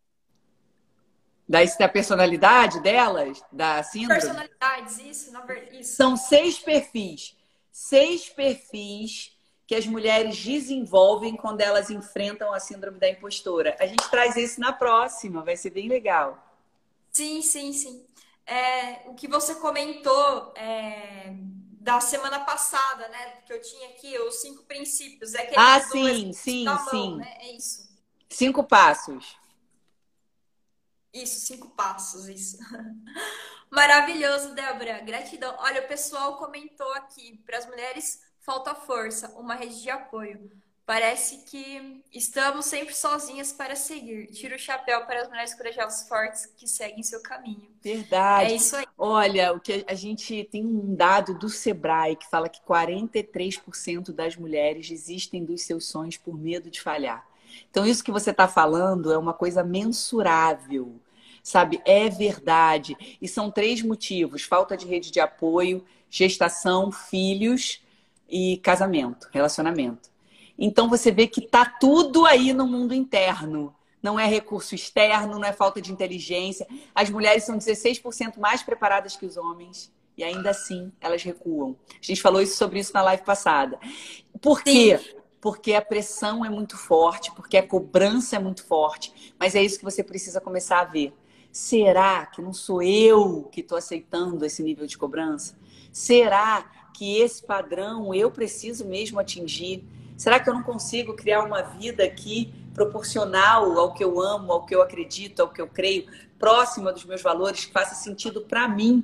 S2: Da, da personalidade delas, da síndrome,
S1: personalidades, isso, na verdade, isso.
S2: são seis perfis. Seis perfis que as mulheres desenvolvem quando elas enfrentam a síndrome da impostora. A gente traz isso na próxima, vai ser bem legal.
S1: Sim, sim, sim. É, o que você comentou é, da semana passada, né, que eu tinha aqui, os cinco princípios, é aquele
S2: Ah,
S1: do
S2: sim,
S1: exemplo
S2: sim,
S1: da mão,
S2: sim.
S1: né? É isso.
S2: Cinco passos.
S1: Isso, cinco passos, isso. Maravilhoso, Débora. Gratidão. Olha, o pessoal comentou aqui, para as mulheres falta força, uma rede de apoio. Parece que estamos sempre sozinhas para seguir. Tira o chapéu para as mulheres corajosas fortes que seguem seu caminho. É
S2: Verdade.
S1: isso aí.
S2: Olha, o que a gente tem um dado do Sebrae que fala que quarenta e três por cento das mulheres desistem dos seus sonhos por medo de falhar. Então, isso que você está falando é uma coisa mensurável, sabe? É verdade. E são três motivos: falta de rede de apoio, gestação, filhos e casamento, relacionamento. Então, você vê que tá tudo aí no mundo interno. Não é recurso externo, não é falta de inteligência. As mulheres são dezesseis por cento mais preparadas que os homens. E ainda assim, elas recuam. A gente falou isso sobre isso na live passada. Por
S1: Sim,
S2: quê? Porque a pressão é muito forte, porque a cobrança é muito forte. Mas é isso que você precisa começar a ver. Será que não sou eu que estou aceitando esse nível de cobrança? Será que esse padrão eu preciso mesmo atingir? Será que eu não consigo criar uma vida aqui proporcional ao que eu amo, ao que eu acredito, ao que eu creio, próxima dos meus valores, que faça sentido para mim?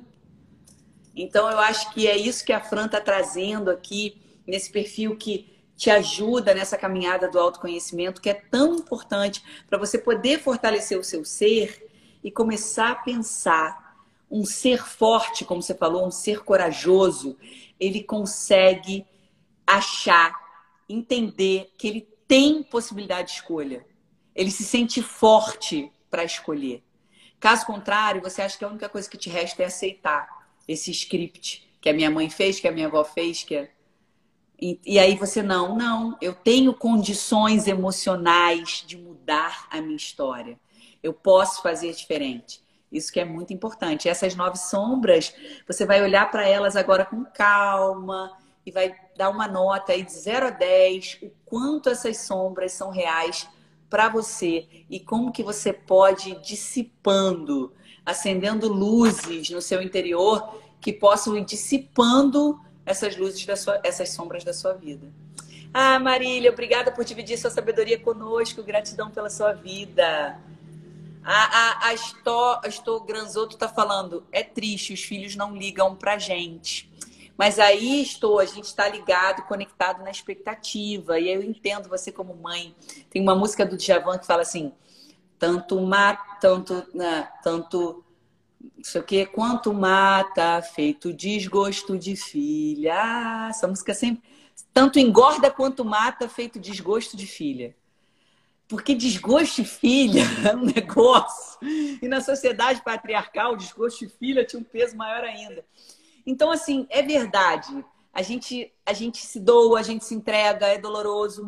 S2: Então, eu acho que é isso que a Fran está trazendo aqui, nesse perfil que te ajuda nessa caminhada do autoconhecimento, que é tão importante para você poder fortalecer o seu ser e começar a pensar. Um ser forte, como você falou, um ser corajoso, ele consegue achar, entender que ele tem possibilidade de escolha. Ele se sente forte para escolher. Caso contrário, você acha que a única coisa que te resta é aceitar esse script que a minha mãe fez, que a minha avó fez, que é... e, e aí você, não, não, eu tenho condições emocionais de mudar a minha história. Eu posso fazer diferente. Isso que é muito importante. Essas nove sombras, você vai olhar para elas agora com calma e vai dar uma nota aí de zero a dez, o quanto essas sombras são reais para você e como que você pode ir dissipando, acendendo luzes no seu interior que possam ir dissipando essas luzes, da sua, essas sombras da sua vida. Ah, Marília, obrigada por dividir sua sabedoria conosco. Gratidão pela sua vida. A, a, a Stó, a Stó Granzotto está falando, é triste, os filhos não ligam pra gente. Mas aí, estou, a gente está ligado, conectado na expectativa. E aí eu entendo você como mãe. Tem uma música do Djavan que fala assim, tanto mata, tanto, né, tanto, não sei o quê, quanto mata, feito desgosto de filha. Ah, essa música sempre... Tanto engorda quanto mata, feito desgosto de filha. Porque desgosto de filha é um negócio. E na sociedade patriarcal, desgosto de filha tinha um peso maior ainda. Então, assim, é verdade. A gente, a gente se doa, a gente se entrega, é doloroso,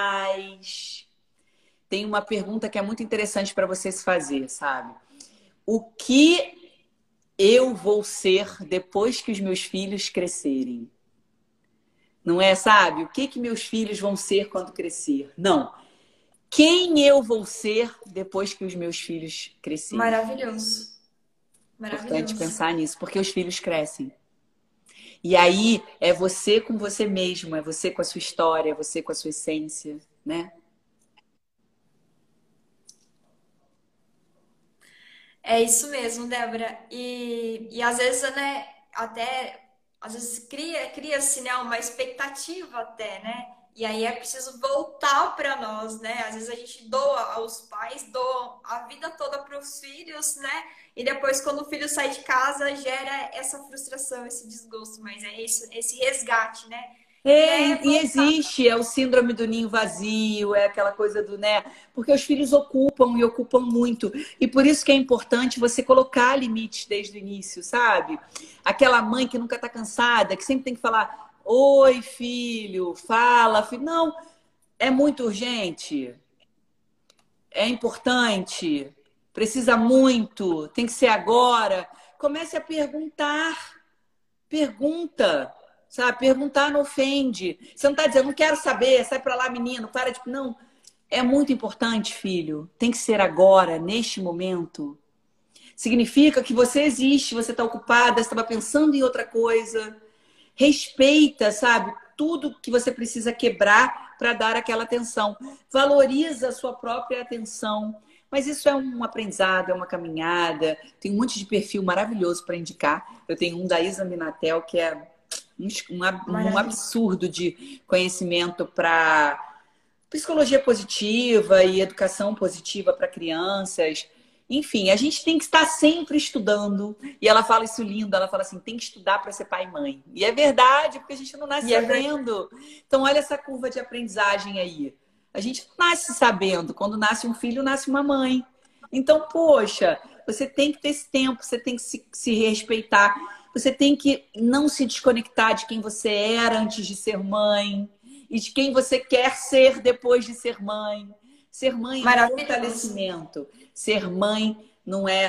S2: mas tem uma pergunta que é muito interessante para você se fazer, sabe? O que eu vou ser depois que os meus filhos crescerem? Não é, sabe? O que que meus filhos vão ser quando crescer? Não. Quem eu vou ser depois que os meus filhos crescerem?
S1: maravilhoso.
S2: Importante
S1: Maravilhoso.
S2: pensar nisso, porque os filhos crescem. E aí é você com você mesmo, é você com a sua história, é você com a sua essência, né?
S1: É isso mesmo, Débora. E, e às vezes, né, até, às vezes cria, cria-se, né, uma expectativa até, né? E aí é preciso voltar para nós, né? Às vezes a gente doa aos pais, doa a vida toda para os filhos, né? E depois, quando o filho sai de casa, gera essa frustração, esse desgosto. Mas é isso, esse resgate, né? E
S2: É,
S1: é
S2: e, e
S1: voltar.
S2: existe, é o síndrome do ninho vazio, é aquela coisa do, né? Porque os filhos ocupam e ocupam muito. E por isso que é importante você colocar limites desde o início, sabe? Aquela mãe que nunca tá cansada, que sempre tem que falar: oi, filho, fala, filho. Não, é muito urgente, é importante, precisa muito, tem que ser agora. Comece a perguntar. Pergunta, sabe? Perguntar não ofende. Você não está dizendo, não quero saber, sai para lá, menino, para de... Não, é muito importante, filho. Tem que ser agora, neste momento. Significa que você existe, você está ocupada, você estava pensando em outra coisa. Respeita, sabe? Tudo que você precisa quebrar para dar aquela atenção. Valoriza a sua própria atenção. Mas isso é um aprendizado, é uma caminhada. Tem um monte de perfil maravilhoso para indicar. Eu tenho um da Isa Minatel, que é um, um
S1: Maravilha.
S2: absurdo de conhecimento para psicologia positiva e educação positiva para crianças. Enfim, a gente tem que estar sempre estudando. E ela fala isso lindo, ela fala assim, tem que estudar para ser pai e mãe. E é verdade, porque a gente não nasce
S1: E é verdade.
S2: sabendo. Então, olha essa curva de aprendizagem aí. A gente não nasce sabendo. Quando nasce um filho, nasce uma mãe. Então, poxa, você tem que ter esse tempo, você tem que se, se respeitar. Você tem que não se desconectar de quem você era antes de ser mãe e de quem você quer ser depois de ser mãe. Ser mãe é
S1: Maravilhoso.
S2: fortalecimento. Ser mãe não é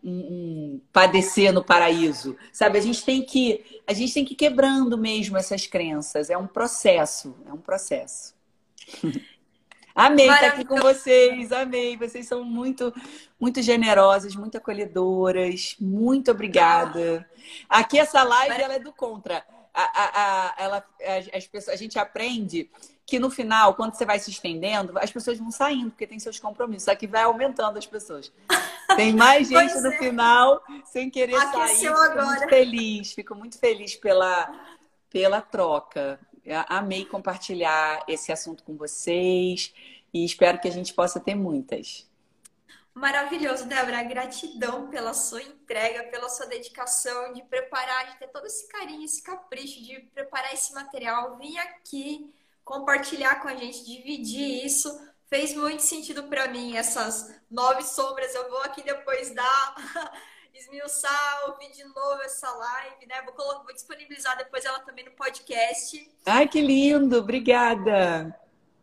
S2: um, um padecer no paraíso, sabe? A gente tem que, a gente tem que ir quebrando mesmo essas crenças. É um processo, é um processo. Amei estar aqui com vocês, amei. Vocês são muito, muito generosas, muito acolhedoras. Muito obrigada. Aqui essa live ela é do contra. A, a, a, ela, as pessoas, a gente aprende que no final, quando você vai se estendendo, as pessoas vão saindo, porque tem seus compromissos. Aqui vai aumentando as pessoas. Tem mais gente no é. final sem querer Aqueceu sair. Fico agora. muito feliz, fico muito feliz pela, pela troca. Eu amei compartilhar esse assunto com vocês e espero que a gente possa ter muitas.
S1: Maravilhoso, Débora. Gratidão pela sua entrega, pela sua dedicação de preparar, de ter todo esse carinho, esse capricho de preparar esse material, vir aqui compartilhar com a gente, dividir isso. Fez muito sentido para mim essas nove sombras. Eu vou aqui depois dar, esmiuçar, ouvir de novo essa live, né? Vou, colocar, vou disponibilizar depois ela também no podcast.
S2: Ai, que lindo! Obrigada!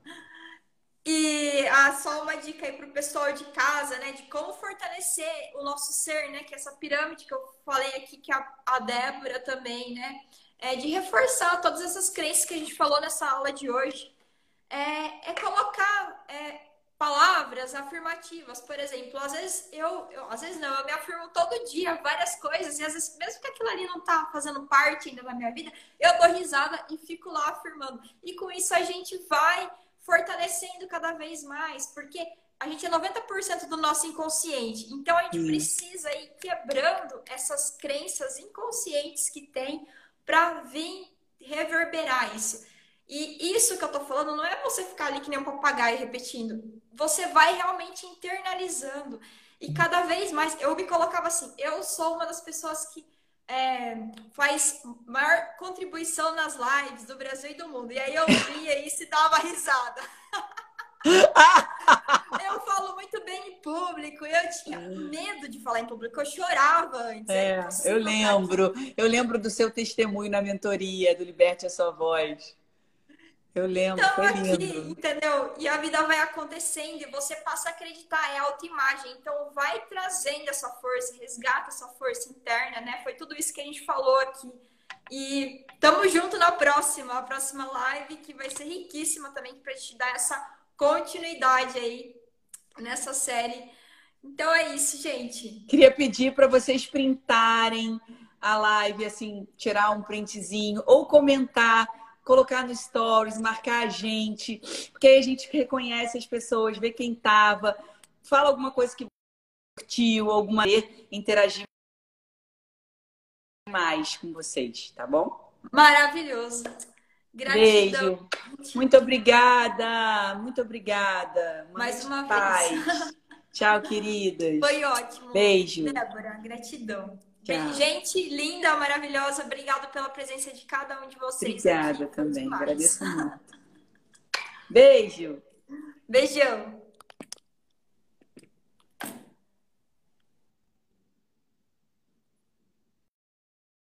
S1: E ah, só uma dica aí para o pessoal de casa, né? De como fortalecer o nosso ser, né? Que essa pirâmide que eu falei aqui, que a, a Débora também, né? É de reforçar todas essas crenças que a gente falou nessa aula de hoje. É, é colocar é, palavras afirmativas. Por exemplo, às vezes eu, eu, às vezes não, eu me afirmo todo dia várias coisas, e às vezes, mesmo que aquilo ali não tá fazendo parte ainda da minha vida, eu dou risada e fico lá afirmando. E com isso a gente vai fortalecendo cada vez mais, porque a gente é noventa por cento do nosso inconsciente. Então a gente hum. precisa ir quebrando essas crenças inconscientes que tem para vir reverberar isso. E isso que eu tô falando não é você ficar ali que nem um papagaio repetindo. Você vai realmente internalizando. E cada vez mais, eu me colocava assim, eu sou uma das pessoas que é, faz maior contribuição nas lives do Brasil e do mundo. E aí eu via isso e dava risada. Eu falo muito bem em público. Eu tinha medo de falar em público. Eu chorava antes.
S2: É, eu lembro. Eu lembro do seu testemunho na mentoria do Liberte a Sua Voz. Eu lembro,
S1: então,
S2: foi
S1: lindo. Aqui, entendeu? E a vida vai acontecendo e você passa a acreditar, é autoimagem. Então, vai trazendo essa força, resgata essa força interna, né? Foi tudo isso que a gente falou aqui. E tamo junto na próxima, a próxima live, que vai ser riquíssima também, pra gente dar essa continuidade aí nessa série. Então, é isso, gente.
S2: Queria pedir para vocês printarem a live, assim, tirar um printzinho ou comentar, colocar no stories, marcar a gente, porque aí a gente reconhece as pessoas, vê quem tava, fala alguma coisa que curtiu, alguma interagir mais com vocês, tá bom?
S1: Maravilhoso. Gratidão.
S2: Beijo. Muito obrigada, muito obrigada.
S1: Mais uma
S2: paz.
S1: vez.
S2: Tchau, queridas.
S1: Foi ótimo.
S2: Beijo.
S1: Débora, gratidão.
S2: Tchau.
S1: Gente linda, maravilhosa, obrigada pela presença de cada um de vocês.
S2: Obrigada aqui. também, agradeço muito. Beijo.
S1: Beijão.